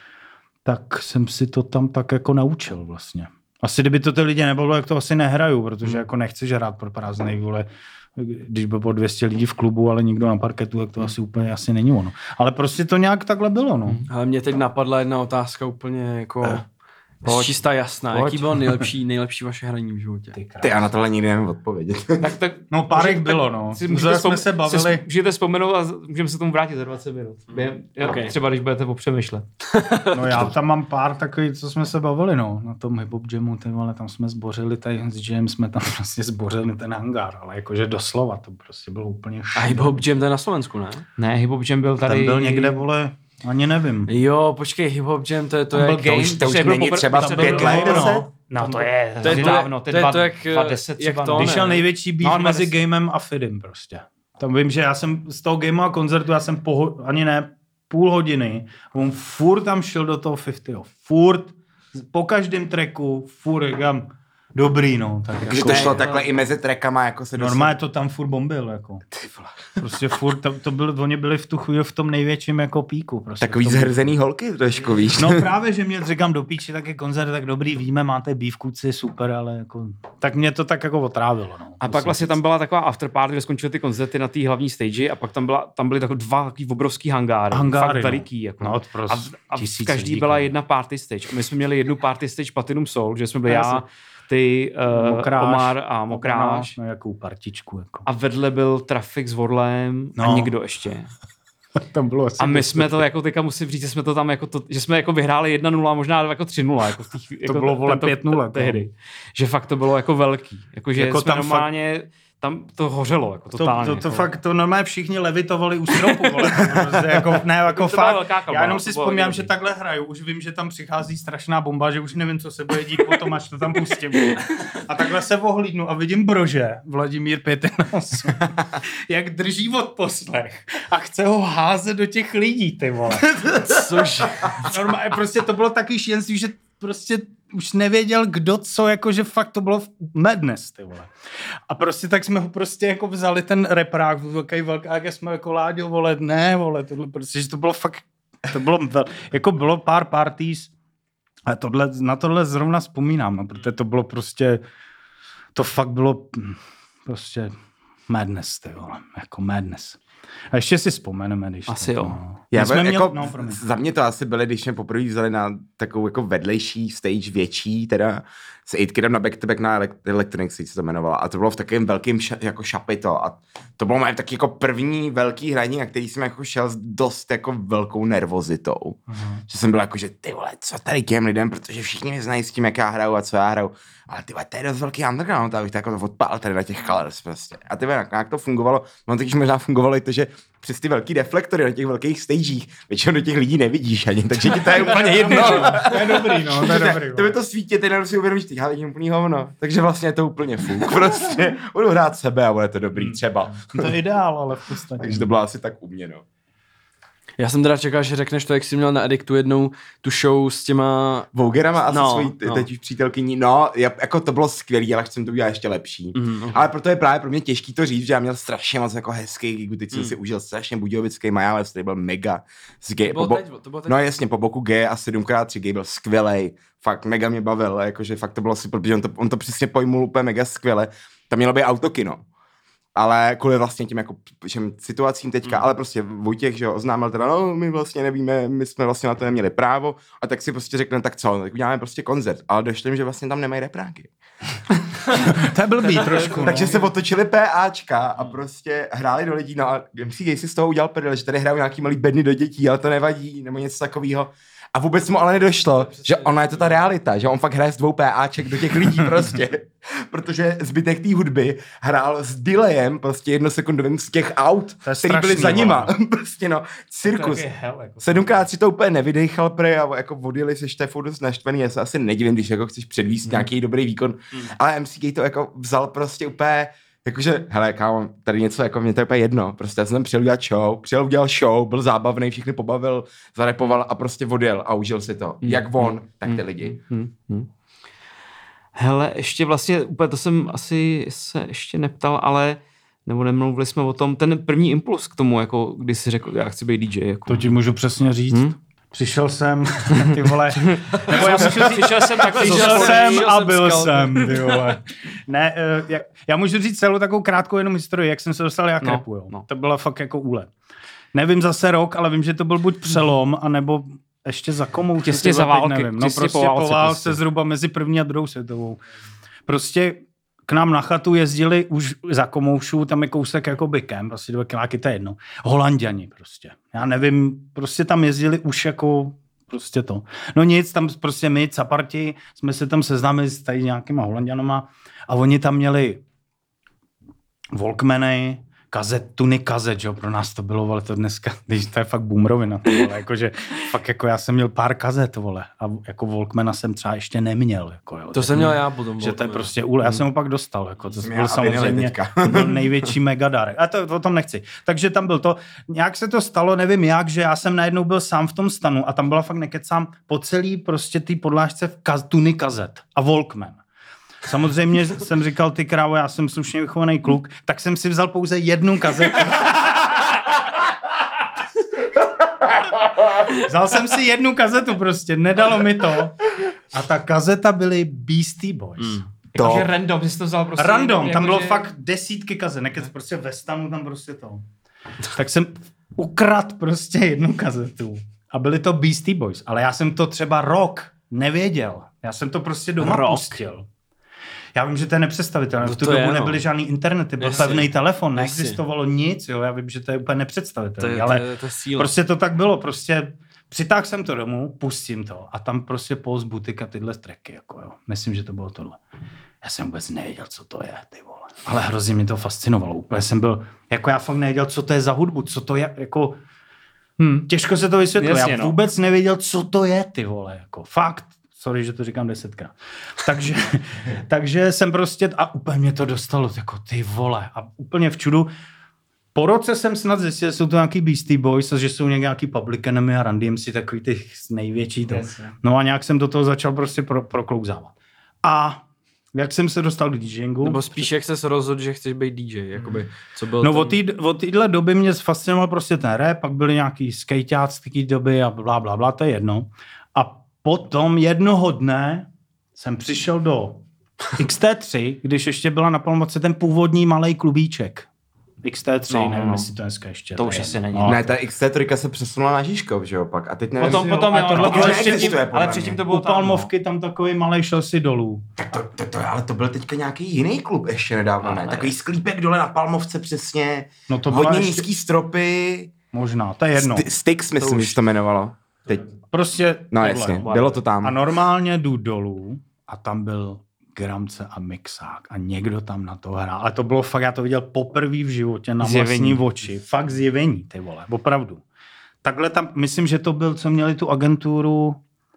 Tak jsem si to tam tak jako naučil vlastně. Asi kdyby to ty lidi nebylo, jak to asi nehraju, protože hmm. jako nechceš hrát pro prázdnej, vole, když by bylo dvě stě lidí v klubu, ale nikdo na parketu, tak to hmm. asi úplně asi není ono. Ale prostě to nějak takhle bylo, no. Hmm. Ale mě teď napadla jedna otázka úplně jako... Eh. Pojď. Čistá jasná. Pojď. Jaký bylo nejlepší, nejlepší vaše hraní v životě? Ty, Ty já na tohle nikdy nevím odpovědět. tak, tak, no pár jich bylo, no. Můžete jsme se bavili. Si, můžete vzpomenout a můžeme se tomu vrátit za dvacet minut. Během, okay. Třeba když budete popřemýšlet. No já tam mám pár takových, co jsme se bavili, no. Na tom hip-hop jamu, ty vole, tam jsme zbořili, tady s Jam jsme tam vlastně zbořili ten hangár, ale jakože doslova, to prostě bylo úplně šílené. A hip-hop jam to je na Slovensku, ne? Ne, hip-hop jam byl tady... Ten byl někde, vole... Ani nevím. Jo, počkej, hip hop jam, to je to, jak... To už, to už není popr- třeba pět let, no. No to je, to je dávno, to je to, jak, dvacet třeba. To, když šel největší beef no, mezi gamem a Fidem prostě. Tam vím, že já jsem z toho gameu a koncertu, já jsem po, ani ne půl hodiny, on furt tam šel do toho padesátého. Furt, po každém tracku, furt, říkám, dobrý, no. Tak Takže jako, to šlo takhle i mezi trackama, jako se dostal. Normálně to tam furt bombil, jako. Prostě furt, to, to byl, oni byli v tu chvíli v tom největším jako píku. Prostě takový zhrzený holky trošku, víš. No právě, že mě říkám do píči, tak je koncert, tak dobrý, víme, máte bývkuci, super, ale jako, tak mě to tak jako otrávilo, no. A pak vlastně tam byla taková afterparty, kde skončily ty koncerty na té hlavní stage a pak tam, byla, tam byly takové dva takový obrovský hangáry, hangáry fakt veliký, jako. No, a, a v každý byla jedna party stage. A my jsme měli jednu party stage Platinum Soul, že jsme byli já, ty, uh, Mokráš, Omar a Mokráš. No, jakou partičku. Jako. A vedle byl Trafik s Vorlem no. a někdo ještě. Tam bylo a my jsme to, jako teďka musím říct, že jsme to tam jako, to, že jsme jako vyhráli jedna nula, možná jako tři nula. Jako jako to bylo vole pět nula. Tehdy. Že fakt to bylo jako velký. Jako, že jako jsme normálně, tam to hořelo, jako To, totálně. to, to jako. fakt, to normálně všichni levitovali u stropu, vole, to prostě jako, ne, jako To byla fakt, velká kabala, já jenom to si bylo vzpomínám, dobrý. že takhle hraju, už vím, že tam přichází strašná bomba, že už nevím, co se bude dít potom, až to tam pustím. A takhle se ohlídnu a vidím Brože, Vladimír Pětinos, jak drží odposlech a chce ho házet do těch lidí, ty vole. Což? Normálně, prostě to bylo takový šílenství, že prostě už nevěděl, kdo co, jakože fakt to bylo madness, ty vole. A prostě tak jsme ho prostě jako vzali ten reprák, takový velká, jak jsme jako Láďo, vole, ne, vole, tohle prostě, že to bylo fakt, to bylo, jako bylo pár parties a tohle, na tohle zrovna vzpomínám, no, protože to bylo prostě, to fakt bylo prostě madness, ty vole, jako madness. A ještě si vzpomeneme, když Asi to, jo. No. Já jsme byl, měli, jako, no, promiň. za mě to asi byly, když jsme poprvé vzali na takovou jako vedlejší stage větší, teda s eight Kidem na Back to Back na Electronic Stage se to jmenovalo. A to bylo v takovém velkém ša, jako šapito. A to bylo moje taky jako první velký hraní, na který jsem jako šel s dost jako velkou nervozitou. Uh-huh. Že jsem byl jako, že ty vole, co tady těm lidem, protože všichni mě znají s tím, jak já hraju a co já hraju. Ale ty vole, to je dost velký underground, abych to jako to odpál tady na těch colors prostě. A ty vole, jak, jak to fungovalo, no taky možná fungovalo i to, že přes ty velký deflektory na těch velkých stagech, většinou do těch lidí nevidíš ani, takže ti to je úplně jedno. To je dobrý, no, to je dobrý. To by to svítě, ty jenom si uvědomíš, ty já vidím úplný hovno. Takže vlastně je to úplně fuk, prostě. Budu hrát sebe a bude to dobrý, třeba. To je ideál, ale v podstatě. Takže to bylo asi tak u mě, no. Já jsem teda čekal, že řekneš to, jak jsi měl na Ediktu jednou tu show s těma... Vogerama a No, no, svojí no. teď už přítelkyní, no, já, jako to bylo skvělý, ale jsem to udělal ještě lepší. Mhm, okay. Ale proto je právě pro mě těžký to říct, že já měl strašně moc jako hezký gig, teď jsem Mm. si užil strašně Budějovický Majáles, který byl mega. Z G, To bylo po, teď, to bylo teď. No jasně, po boku G a sedm krát tři G byl skvělej, fakt mega mě bavil, jakože fakt to bylo super, protože on to, on to přesně pojmul úplně mega skvěle. Tam mělo být autokino. Ale kvůli vlastně tím jako všem situacím teďka, mm. ale prostě Vojtěch, že jo, oznámil teda, no my vlastně nevíme, my jsme vlastně na to neměli právo a tak si prostě řekneme, tak co, tak uděláme prostě koncert, ale došli jim, že vlastně tam nemají repráky. To je blbý trošku. No. Takže se otočili PAčka a prostě hráli do lidí, no a M C Gay si z toho udělal prdel, že tady hrajou nějaký malý bedny do dětí, ale to nevadí, nebo něco takového. A vůbec mu ale nedošlo, že ona je to ta realita, že on fakt hraje s dvou PAček do těch lidí prostě. Protože zbytek té hudby hrál s delayem prostě jednosekundovým z těch aut, který byli za nima. prostě no, cirkus. Sedmkrát si to úplně nevydechal prej a jako odjeli se Štefou dost naštvaný, já se asi nedivím, když jako chceš předvíst hmm. nějaký dobrý výkon, hmm. ale M C Gay to jako vzal prostě úplně jakože, hele, kámo, tady něco, jako mě to je úplně jedno, prostě já jsem tam přijel udělat show, přijel udělal show, byl zábavný, všechny pobavil, zarepoval a prostě odjel a užil si to. Jak on, tak ty lidi. Hmm, hmm. Hele, ještě vlastně, úplně to jsem asi se ještě neptal, ale nebo nemluvili jsme o tom, ten první impuls k tomu, jako když jsi řekl, já chci být D J. Jako. To ti můžu přesně říct. Hmm? Přišel jsem, ty vole, nebo já můžu říct, přišel jsem takhle přišel jsem přišel a jsem byl scout. jsem, ty vole. Ne, uh, já, já můžu říct celou takovou krátkou jenom historii, jak jsem se dostal jak No, rapu, jo. no. To byla fakt jako úlet. Nevím zase rok, ale vím, že to byl buď přelom, anebo ještě za komouši. Těsně za války, nevím. No těsně prostě po válce po válce prostě. zhruba mezi první a druhou světovou. Prostě k nám na chatu jezdili už za komoušů, tam je kousek jako bykem, prostě dva kiláky, to je jedno. Holanděni prostě. Já nevím, prostě tam jezdili už jako prostě to. No nic, tam prostě my, caparti, jsme se tam seznámili s tady nějakýma Holanděnama a oni tam měli Walkmany, kazet, tuny kazet, že jo, pro nás to bylo, ale to dneska, když to je fakt boomerovina, to vole, jakože fakt jako já jsem měl pár kazet, vole, a jako Walkmana jsem třeba ještě neměl, jako jo. To jsem měl já potom. Že to je Walkman. prostě úle. Já jsem ho pak dostal, jako to Jsem byl já a vinily samozřejmě teďka. to byl největší megadárek. A to o tom nechci. Takže tam byl to, nějak se to stalo, nevím jak, že já jsem najednou byl sám v tom stanu a tam byla fakt nekecám po celý prostě ty podlážce v kaz, tuny kazet a Walkman. Samozřejmě jsem říkal, ty krávo, já jsem slušně vychovaný kluk, tak jsem si vzal pouze jednu kazetu. Vzal jsem si jednu kazetu prostě, nedalo mi to. A ta kazeta byly Beastie Boys. Mm. To. Jakože random, jsi to vzal prostě. Random, jako, tam bylo že... fakt desítky kazet, nekec prostě ve stanu tam prostě to. Tak jsem ukradl prostě jednu kazetu a byly to Beastie Boys, ale já jsem to třeba rok nevěděl. Já jsem to prostě doma Rok. pustil. Já vím, že to je nepředstavitelné. No v tu to dobu je, no. nebyly žádný internety, byl Jasně. pevný telefon, Jasně. neexistovalo nic, jo. Já vím, že to je úplně To nepředstavitelné, je, ale to je, to je síla. prostě to tak bylo, prostě přitáhl jsem to domů, pustím to a tam prostě Post Boutique a tyhle tracky, jako jo. Myslím, že to bylo tohle. Já jsem vůbec nevěděl, co to je, ty vole. Ale hrozně mě to fascinovalo. Úplně jsem byl, jako já fakt nevěděl, co to je za hudbu, co to je, jako... Hmm. Těžko se to vysvětluje. Já no. vůbec nevěděl, co to je, ty vole, jako fakt. Sorry, že to říkám desetkrát. Takže, takže jsem prostě, a úplně mě to dostalo, jako ty vole, a úplně v čudu. Po roce jsem snad zjistil, že jsou to nějaký Beastie Boys a že jsou nějaký Public Enemy a Run D M C, takový ty největší. To. Yes, no a nějak jsem do toho začal prostě pro, proklouzávat. A jak jsem se dostal k DJingu? Nebo spíš jak ses rozhodl, že chceš být D J, jakoby, co byl No ten... od téhle doby mě fascinoval prostě ten rap, pak byly nějaký skejťáci z té doby a blá, blá, blá, to je jedno. A potom jednoho dne jsem přišel do X T tři, když ještě byla na Palmoce ten původní malej klubíček. X T tři, no, nevím, no. jestli to dneska ještě. To už asi není. No. Ne, ta X T tři se přesunula na Žižkov, že jo, pak. A teď nevím, Potom, jo, potom, a jo, to ale, bylo ale, ještě předtím, to je ale podle předtím mě. to bylo U tam, Palmovky tam takový malej šel si dolů. To, to, to, ale to byl teďka nějaký jiný klub ještě nedávno, ne? Ale- Takový sklípek dole na Palmovce přesně. No to bylo Hodně ještě- nízký stropy. Možná, to je jedno. St- Styx, myslím, už- že se to jmenovalo. Teď. Prostě No tohle. jasně, bylo to tam. A normálně jdu dolů a tam byl Gramce a mixák a někdo tam na to hrál. Ale to bylo fakt, já to viděl poprvé v životě na Zjevení. vlastní oči. Fakt zjevení, ty vole, opravdu. Takhle tam, myslím, že to byl, co měli tu agenturu...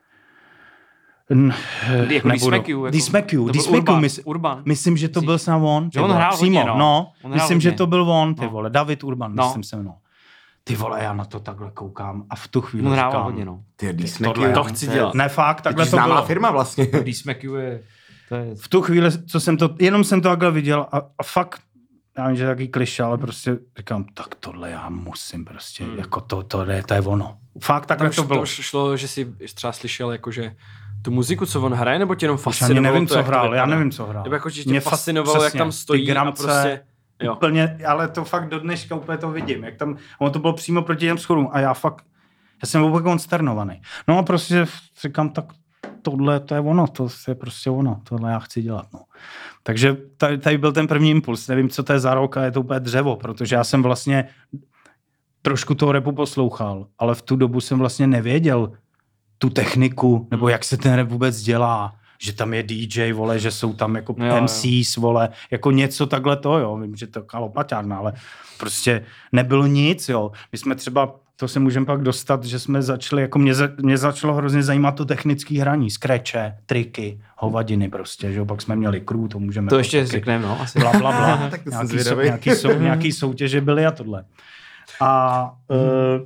N- Jako nebudu. D-Smack You, jako- D-Smack You, to byl D-Smack You, Urban, mys- Urban. Myslím, že to byl snad on. ty on vole, hrál přímo, hodně, no. no. On hrál Myslím, že hodně. to byl on, ty No. vole, David Urban, No. myslím se mnou. Ty vole, já na to takhle koukám a v tu chvíli On hrál říkám, hodně, no. Ty tohle D-Smacky, já- to chci dělat. Ne, fakt, takhle to známá bylo. firma vlastně. D-Smack You je... To je... V tu chvíli, co jsem to, jenom jsem to takhle viděl a, a fakt, já vím, že je takový klišé, ale prostě říkám, tak tohle já musím prostě, hmm. jako to, to, je, to je ono. Fakt takhle Tam to to bylo. už šlo, že jsi třeba slyšel jakože tu muziku, co on hraje, nebo tě jenom Už ani fascinovalo nevím, to, co jak to hrál, já vypadá? nevím, co hrál. Nebo jako, že tě Mě fa- fascinovalo, jak přesně, tam ty stojí a Gramce, prostě... Jo. Úplně, ale to fakt do dneška úplně to vidím, jak tam, on to bylo přímo proti těm schodům a já fakt, já jsem úplně konsternovaný. No a prostě říkám, tak tohle, to je ono, to je prostě ono, tohle já chci dělat, no. Takže tady, tady byl ten první impuls, nevím, co to je za rok a je to úplně dřevo, protože já jsem vlastně trošku toho rapu poslouchal, ale v tu dobu jsem vlastně nevěděl tu techniku, nebo jak se ten rap vůbec dělá, že tam je D J, vole, že jsou tam jako Jo, M Cs, vole, jako něco takhle to, jo, vím, že to je lopaťárna, ale prostě nebylo nic, jo. My jsme třeba, to se můžeme pak dostat, že jsme začali, jako mě, za, mě začalo hrozně zajímat to technické hraní, skreče, triky, hovadiny prostě, že jo, pak jsme měli crew, to můžeme... To ještě taky- řekneme, no, asi. Bla, bla, bla. Tak to jsem nějaký, zvědavý. sou, nějaký, sou, nějaký soutěže byly a tohle. A uh,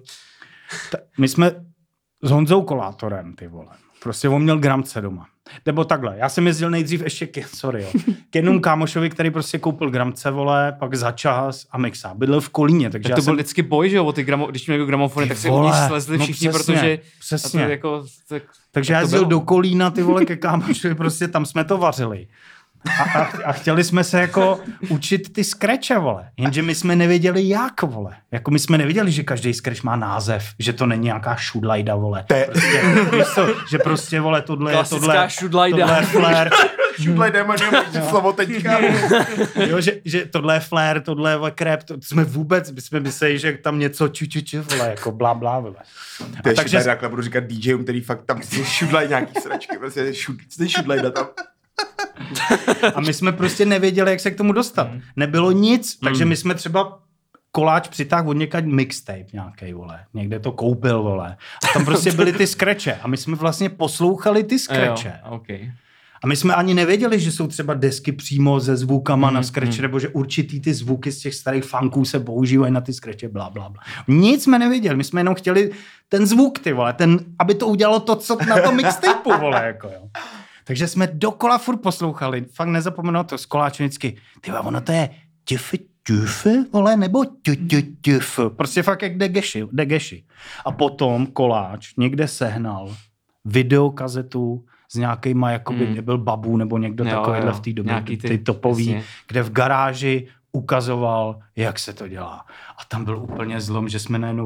t- my jsme s Honzou Kolátorem, ty vole. Prostě on měl Gramce doma. Nebo takhle, já jsem jezdil nejdřív ještě ke, sorry, jo, k jednomu kámošovi, který prostě koupil Gramce, vole, pak za čas a mixa. Bydlel v Kolíně, takže Tak já to byl jsem... vždycky boj, že jo, o ty gramo, když měli gramofony, Ty tak se vole, u nich slezli no všichni, přesně, protože... přesně. A to jako, tak, Takže tak já to jezdil bylo. do Kolína, ty vole, ke kámošovi, prostě tam jsme to vařili. A, a, a chtěli jsme se jako učit ty skreče, vole. Jenže my jsme nevěděli jak, vole. Jako my jsme nevěděli, že každý skreč má název, že to není nějaká šudlajda, vole. Prostě, víš co, že prostě, vole, tohle je Klasická tohle, šudlajda. tohle je flair, Šudlej, jdeme, jdeme, slovo teďka. jo, že, že tohle je flair, tohle je krep, to jsme vůbec, my jsme mysleli, že tam něco ču, ču, ču, vole, jako blá, blá, vole. To je takže- takže takhle budu říkat DJům, který fakt tam si šudlají nějaký sračky, prostě šud, ty šudlej na tam. A my jsme prostě nevěděli, jak se k tomu dostat. Nebylo nic, takže my jsme třeba koláč přitáhl od někaď mixtape nějaký, vole. Někde to koupil, vole. A tam prostě byly ty skreče. A my jsme vlastně poslouchali ty skreče. Jo, okay. A my jsme ani nevěděli, že jsou třeba desky přímo se zvukama Mm, na skreče, mm. nebo že určitý ty zvuky z těch starých funků se používají na ty skreče, blá, blá, blá. Nic jsme nevěděli, my jsme jenom chtěli ten zvuk, ty vole, ten, aby to udělalo to, co na tom mixtapeu, vole, jako jo. Takže jsme dokola furt poslouchali, fakt nezapomenout to s koláčem vždycky, ty vole, ono to je tify, tify, vole, nebo tify, prostě fakt jak degeši, degeši. A potom koláč někde sehnal videokazetu s nějakýma, jakoby Hmm. nebyl Babu nebo někdo Jo, takovýhle jo. v té době, Nějaký ty, ty, ty topový, jasně. kde v garáži ukazoval, jak se to dělá. A tam byl úplně zlom, že jsme najednou,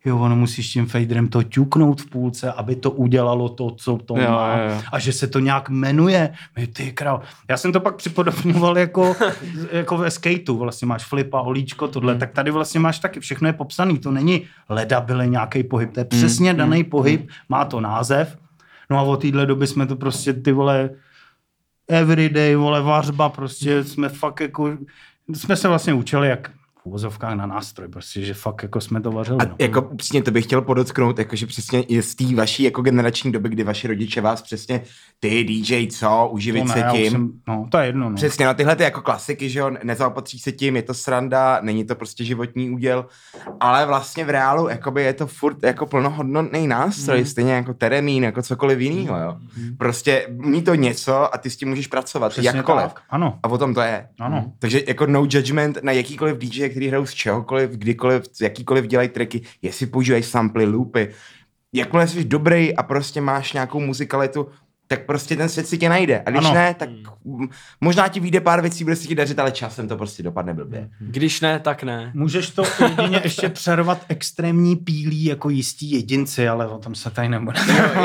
jo, ono musíš tím faderem to ťuknout v půlce, aby to udělalo to, co to jo, má. Jo, jo. A že se to nějak jmenuje. My, ty král. Já jsem to pak připodobňoval jako, jako ve skateu. Vlastně máš flipa, olíčko, tohle. Mm. Tak tady vlastně máš taky, všechno je popsaný. To není ledabyle nějaký pohyb. To je přesně mm. daný pohyb. Mm. Má to název. No a od téhle doby jsme to prostě, ty vole, everyday, vole, vařba, prostě jsme fakt jako, jsme se vlastně učili, jak v uvozovkách na nástroj, prostě, že fakt jako jsme to vařili. A no. jako přesně to bych chtěl podotknout, jakože přesně i z té vaší jako generační doby, kdy vaši rodiče vás přesně, ty D J, co, uživit to se ne, tím. Jsem, no, to je jedno, no. Přesně, na tyhle ty jako klasiky, že jo, nezaopatří se tím, je to sranda, není to prostě životní úděl, ale vlastně v reálu jakoby je to furt jako plnohodnotný nástroj, mm. stejně jako teremín, jako cokoliv jinýho, jo. Mm. Prostě mít to něco a ty s tím můžeš pracovat, přesně jakkoliv. Tak. Ano. A o tom to je. Ano. Takže jako no judgment na jakýkoliv D J, který hrajou z čehokoliv, kdykoliv, z jakýkoliv dělají tracky, jestli používají samply, loopy. Jakmile jsi dobrý a prostě máš nějakou muzikalitu, tak prostě ten svět si tě najde. A když ano. ne, tak možná ti vyjde pár věcí, bude si ti dařit, ale časem to prostě dopadne blbě. Když ne, tak ne. Můžeš to jedině ještě přervat extrémní pílí jako jistí jedinci, ale o tom se tady nebude.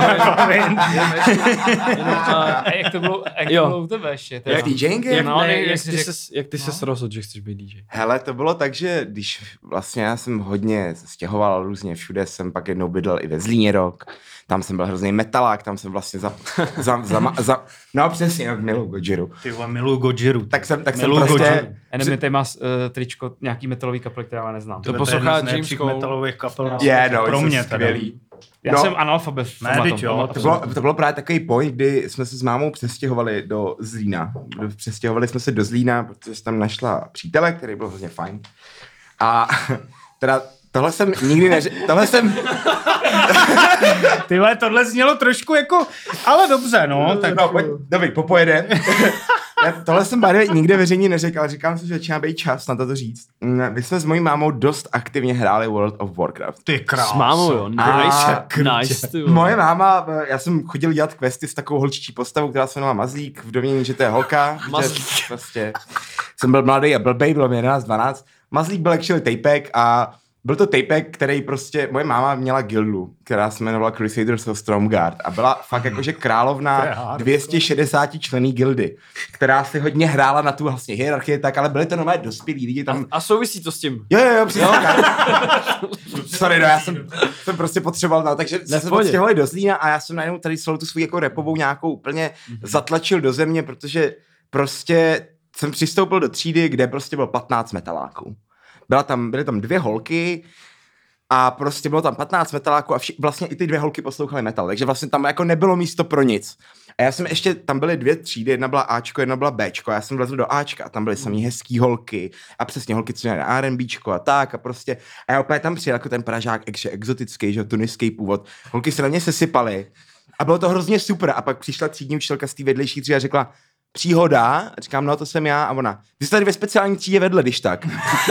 A jak to bylo, jak to bylo u tebe ještě? Jak DJing? Jak, no, ne, jak, jak, jsi ty řek... ses, jak ty no. ses rozhodl, že chceš být D J? Hele, to bylo tak, že když vlastně já jsem hodně stěhoval různě všude, jsem pak jednou bydlel i ve Zlíně rok, tam jsem byl hrozný metalák, tam jsem vlastně za, za, za, za no přesně, no, miluji Gojjiru. Ty vole, miluji Gojjiru. Tak jsem, tak jsem prostě... Enemy tady má uh, tričko nějaký metalový kapely, která já neznám. To poslouchá James Cole. Metalových kapel. Je, no, pro mě skvělý. Já no, jsem analfabet. Ne, jo, to, bylo, to bylo právě takový point, kdy jsme se s mámou přestěhovali do Zlína. Přestěhovali jsme se do Zlína, protože jsem tam našla přítele, který byl hrozně fajn. A teda tohle jsem nikdy neřekl, tohle jsem... Tyhle, tohle znělo trošku jako, ale dobře, no. Tak... No, pojď, dobrý, popojede. Já tohle jsem báde nikde veřejně neřekl, ale říkám si, že začíná být čas na to říct. My jsme s mojí mámou dost aktivně hráli World of Warcraft. Ty krás. S mámou, jo. Nice. Nice, ty moje máma, já jsem chodil dělat questy s takovou holčičí postavou, která se jmenovala Mazlík, v domění, že to je holka. Mazlík. Prostě jsem byl mladý a blbej, bylo mi jedenáct dvanáct. Mazlík byl actually Tapek a byl to Tapek, který prostě, moje máma měla gildu, která se jmenovala Crusaders of Stromgarde a byla fakt jakože královna dvě stě šedesát členný gildy, která si hodně hrála na tu vlastně hierarchii tak, ale byly to nové dospělí lidi tam. A, a souvisí to s tím? Jo, jo, jo, přesně. Sorry, no, já jsem, jsem prostě potřeboval, no, takže jsme se odstěhovali do Zlína a já jsem najednou tady celou tu svou jako rapovou nějakou úplně mm-hmm. zatlačil do země, protože prostě jsem přistoupil do třídy, kde prostě bylo patnáct metaláků. Byla tam, byly tam dvě holky a prostě bylo tam patnáct metaláků a vši, vlastně i ty dvě holky poslouchaly metal, takže vlastně tam jako nebylo místo pro nic. A já jsem ještě, tam byly dvě třídy, jedna byla Ačko, jedna byla Bčko a já jsem vlezl do Ačka a tam byly samý hezký holky a přesně holky, co měly R and Bčko a tak a prostě a já opět tam přijel jako ten Pražák, ex, exotický, že tuniský původ. Holky se na mě sesypaly a bylo to hrozně super a pak přišla třídní učitelka z té vedlejší třídy a řekla: příhoda, a říkám, no to jsem já, a ona, vy jste tady ve speciální třídě vedle, když tak.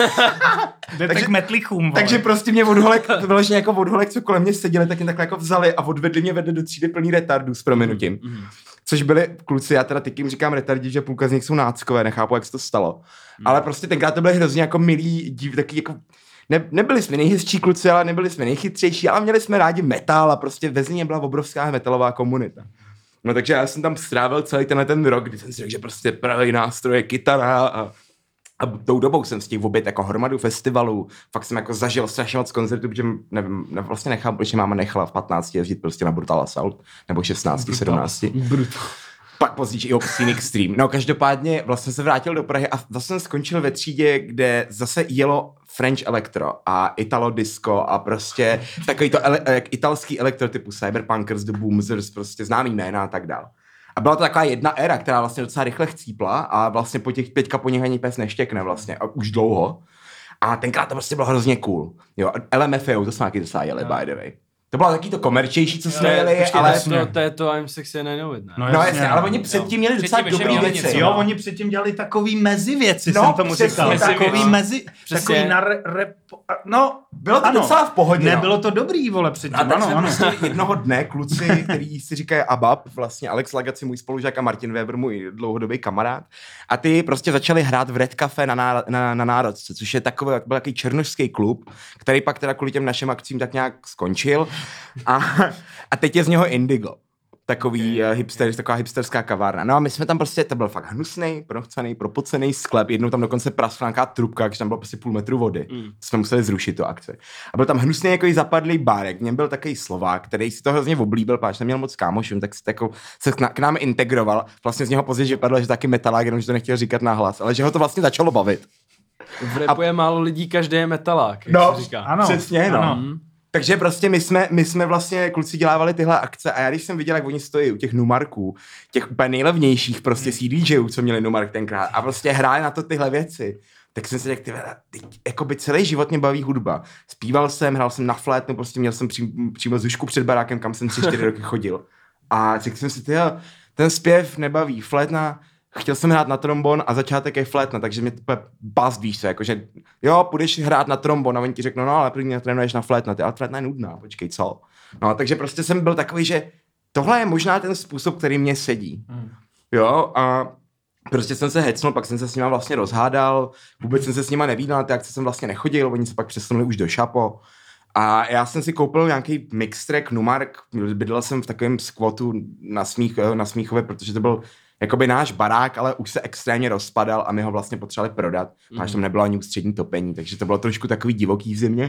takže, metlichům, takže prostě mě od holek, vyloženě jako od holek, co kolem mě seděli, tak mě takhle jako vzali a odvedli mě vedle do třídy plný retardů s prominutím. Mm. Což byli kluci, já teda teď jim říkám retardi, že půlka z nich jsou náckové, nechápu, jak se to stalo. Mm. Ale prostě tenkrát to byly hrozně jako milí, div, taky jako, ne, nebyli jsme nejhezčí kluci, ale nebyli jsme nejchytřejší, ale měli jsme rádi metal a prostě ve Zlíně byla obrovská metalová komunita. No takže já jsem tam strávil celý tenhle ten rok, kdy jsem si řekl, že prostě pravý nástroj je kytara a, a tou dobou jsem z těch obět jako hromadu festivalů, fakt jsem jako zažil strašně moc koncertů, protože nevím, ne, vlastně nechápu, protože máma nechala v patnácti jezdit prostě na Brutal Assault, nebo šestnácti, sedmnácti. Brutal. Pak později i Obscene Extreme. No každopádně vlastně se vrátil do Prahy a vlastně jsem skončil ve třídě, kde zase jelo French Electro a Italo Disco a prostě takový to ele- italský elektro typu Cyberpunkers, The Boomzers, prostě známý jména a tak dál. A byla to taková jedna éra, která vlastně docela rychle chcípla a vlastně po těch teďka po nich ani pes neštěkne vlastně a už dlouho. A tenkrát to prostě bylo hrozně cool. Jo, L M F A O, to jsme taky docela jeli, by the way. To bylo taky to komerčnější, co jsme jeli, počkej, ale... To, to je to I'm sexy and I know it, ne? No, no jasně, ale oni předtím měli docela dobrý věci. Něco, jo, no. Oni předtím dělali takový mezi věci, no, jsem tomu přesně, říkal. přesně, takový no. mezi, přesně. Takový na rep... No, bylo to ano, docela v pohodě. Nebylo to dobrý, vole, předtím. A tak ano, jsme ano. prostě jednoho dne kluci, který si říkají Abab, vlastně Alex Lagaci, můj spolužák, a Martin Weber, můj dlouhodobý kamarád. A ty prostě začali hrát v Red Cafe na, na, na, na Národce, což je takový, byl takový černošský klub, který pak teda kvůli těm našim akcím tak nějak skončil. A, a teď je z něho Indigo. Takový okay. hipster, taková hipsterská kavárna. No a my jsme tam prostě, to byl fakt hnusnej, prochcený, propocený sklep, jednou tam dokonce praskla nějaká trubka, když tam bylo prostě půl metru vody. Mm. Jsme museli zrušit tu akci. A byl tam hnusný jako zapadlý bárek, v něm byl takový Slovák, který si to hrozně oblíbil, páč neměl moc kámošů, tak se, jako, se k nám integroval. Vlastně z něho později vypadlo, že taky metalák, jenom že to nechtěl říkat nahlas, ale že ho to vlastně začalo bavit. V rapu je málo lidí, každý je metalák, jak no, se říká. Ano, přesně, no. ano. Takže prostě my jsme, my jsme vlastně kluci dělávali tyhle akce a já když jsem viděl, jak oni stojí u těch Numarků, těch úplně nejlevnějších prostě C D Jů, co měli Numark tenkrát a prostě hráli na to tyhle věci, tak jsem si řekl, ty jako by celý život mě baví hudba. Zpíval jsem, hrál jsem na flétnu, prostě měl jsem přím, přímo zušku před barákem, kam jsem tři čtyři roky chodil. A řekl jsem si, tyjo, ten zpěv nebaví, flétna, chtěl jsem hrát na trombon a začátek je flétna, takže mě to bast, víš co, jakože jo, půjdeš hrát na trombon a oni ti řeknou, no ale první trénuješ na flétna, ty, ale flétna je nudná, počkej, co? No, takže prostě jsem byl takový, že tohle je možná ten způsob, který mě sedí. Hmm. Jo, a prostě jsem se hecnul, pak jsem se s nima vlastně rozhádal, vůbec jsem se s nima nevídal, na ty akce jsem vlastně nechodil, oni se pak přesunuli už do Šapo. A já jsem si koupil nějaký mixtrack Numark, bydlel jsem v takovém squatu na, Smích, na Smíchově, protože to byl jakoby náš barák, ale už se extrémně rozpadal a my ho vlastně potřebovali prodat, mm. až tam nebylo ani ústřední topení, takže to bylo trošku takový divoký v zimě.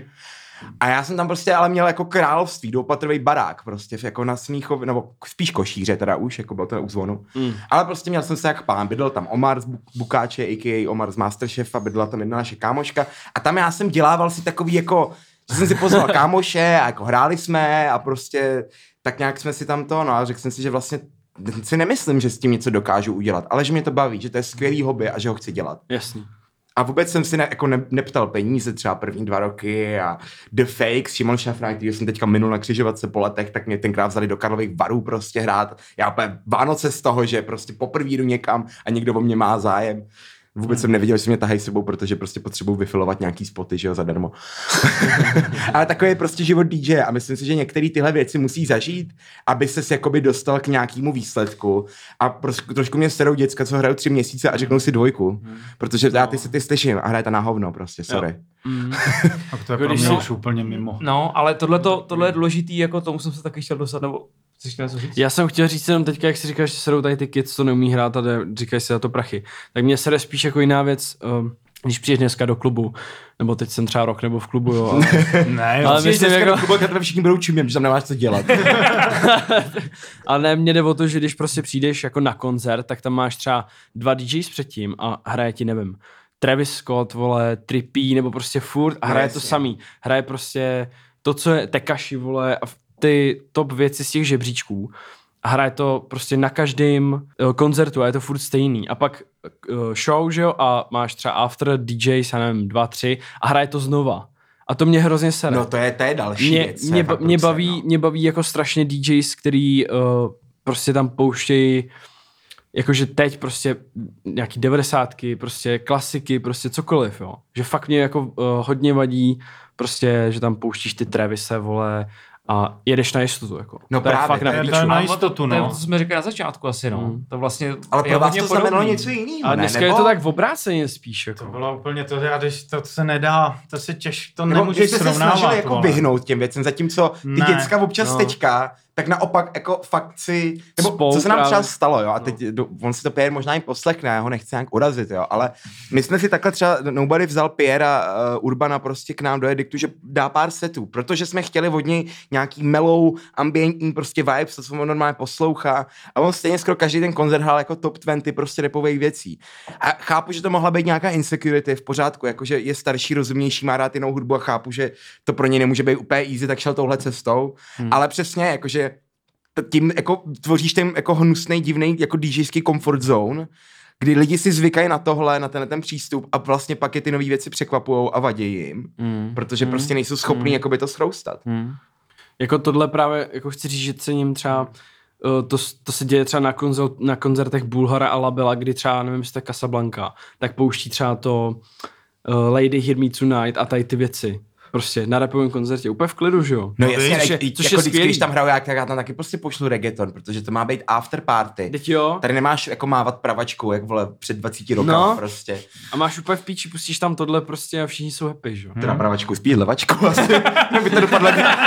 A já jsem tam prostě ale měl jako království, dvoupatrový barák prostě jako na Smíchově, nebo spíš Košíře teda už, jako bylo to u Zvonu. Mm. Ale prostě měl jsem se jak pán, bydlel tam Omar z Bukáče, a k a. Omar z Masterchefa, bydlela tam jedna naše kámoška a tam já jsem dělával si takový jako, že jsem si pozval kámoše a jako hráli jsme a prostě tak nějak jsme si tam to, no a řekl jsem si, že vlastně si nemyslím, že s tím něco dokážu udělat, ale že mě to baví, že to je skvělý hobby a že ho chci dělat. Jasně. A vůbec jsem si ne, jako ne, neptal peníze třeba první dva roky a The Fakes, Šimon Šafrán, který jsem teďka minul na křižovatce po letech, tak mě tenkrát vzali do Karlových Varů prostě hrát. Já úplně Vánoce z toho, že prostě poprvé jdu někam a někdo o mě má zájem. Vůbec jsem neviděl, že mě tahají sebou, protože prostě potřebuji vyfilovat nějaký spoty, že jo, zadarmo. Ale takový je prostě život D J a myslím si, že některé tyhle věci musí zažít, aby ses jakoby dostal k nějakému výsledku. A prostě, trošku mě serou děcka, co hrajou tři měsíce a řeknou si dvojku. Hmm. Protože no. já ty se ty slyším a hraje ta na hovno prostě, sorry. Mm. Tak to je pro mě už úplně mimo. No, ale tohleto, tohle je důležitý, jako tomu jsem se taky chtěl dostat, nebo chceš něco říct? Já jsem chtěl říct jenom teďka, jak si říkáš, že serou tady ty kids, co neumí hrát a říkají si za to prachy. Tak mě sere spíš jako jiná věc, um, když přijdeš dneska do klubu, nebo teď jsem třeba rok nebo v klubu, jo. Ale, ne, jo. ale myslím, dneska jako... do klubu, a všichni budou čumět, že tam nemáš co dělat. Ale ne, mě jde o to, že když prostě přijdeš jako na koncert, tak tam máš třeba dva D Js předtím a hraje ti, nevím, Travis Scott, vole, Trippy, nebo prostě furt a hraje no, to samý. Hraje prostě to, co je Tekashi, vole, a ty top věci z těch žebříčků. A hraje to prostě na každém uh, koncertu a je to furt stejný. A pak uh, show, že jo, a máš třeba after D Js, já nevím, dva, tři a hraje to znova. A to mě hrozně sere. No to je, to je další mě, věc. Mě, ba- mě, baví, no. mě baví jako strašně D Js, který uh, prostě tam pouštějí jakože teď prostě nějaký devadesátky, prostě klasiky, prostě cokoliv, jo. Že fakt mě jako uh, hodně vadí prostě, že tam pouštíš ty Travise, vole, a jedeš na jistotu, jako. No to právě, je fakt to je, to je na jistotu, no. To je to, co jsme říkali na začátku asi, no. Hmm. To vlastně ale pro vás to znamenalo něco jiného, a dneska ne? je to tak v obráceně spíš, jako. To bylo úplně to, a když to se nedá, to se těž, to nebo nemůžeš srovnávat. Nebo se snažili jako vyhnout těm věcem, zatímco ty ne, děcka občas no. teďka, tak naopak jako fakt si, nebo Spolu, co se nám právě. třeba stalo, jo, a teď no. on si to Pierre možná jim poslechne, já ho nechci nějak urazit, jo, ale my jsme si takhle třeba, Nobody vzal Piera uh, Urbana prostě k nám do Ediktu, že dá pár setů, protože jsme chtěli od něj nějaký mellow, ambientní prostě vibes, to, co on normálně poslouchá, a on stejně skoro každý ten koncert hrál jako top dvacet prostě rapových věcí. A chápu, že to mohla být nějaká insecurity v pořádku, jakože je starší, rozumnější, má rád jinou hudbu a chápu, že to pro něj nemůže být úplně easy, tak šel touhle cestou, hmm. ale přesně, jakože tím jako tvoříš ten jako hnusnej, divnej jako DJský comfort zone, kdy lidi si zvykají na tohle, na ten, ten přístup a vlastně pak je ty nové věci překvapujou a vadí jim, mm. protože mm. prostě nejsou schopní mm. jakoby to schroustat. Mm. Jako tohle právě, jako chci říct, že cením třeba, uh, to, to se děje třeba na, konzol, na koncertech Bulhara a Labela, kdy třeba, nevím, jestli to je Casablanca, tak pouští třeba to uh, Lady Hear Me Tonight a tady ty věci. Prostě na rapovém koncertě, úplně v klidu, že jo? No, no jasně, což je, což což jako je vždycky, skvělý. když tam hraju, jak, tak já tam taky prostě pošlu reggaeton, protože to má být after party. Teď jo. Tady nemáš jako mávat pravačkou, jak vole před dvaceti rokama No. prostě. A máš úplně v píči, pustíš tam tohle prostě a všichni jsou happy, že jo? Teda pravačku, spíš levačku asi, by to dopadlo.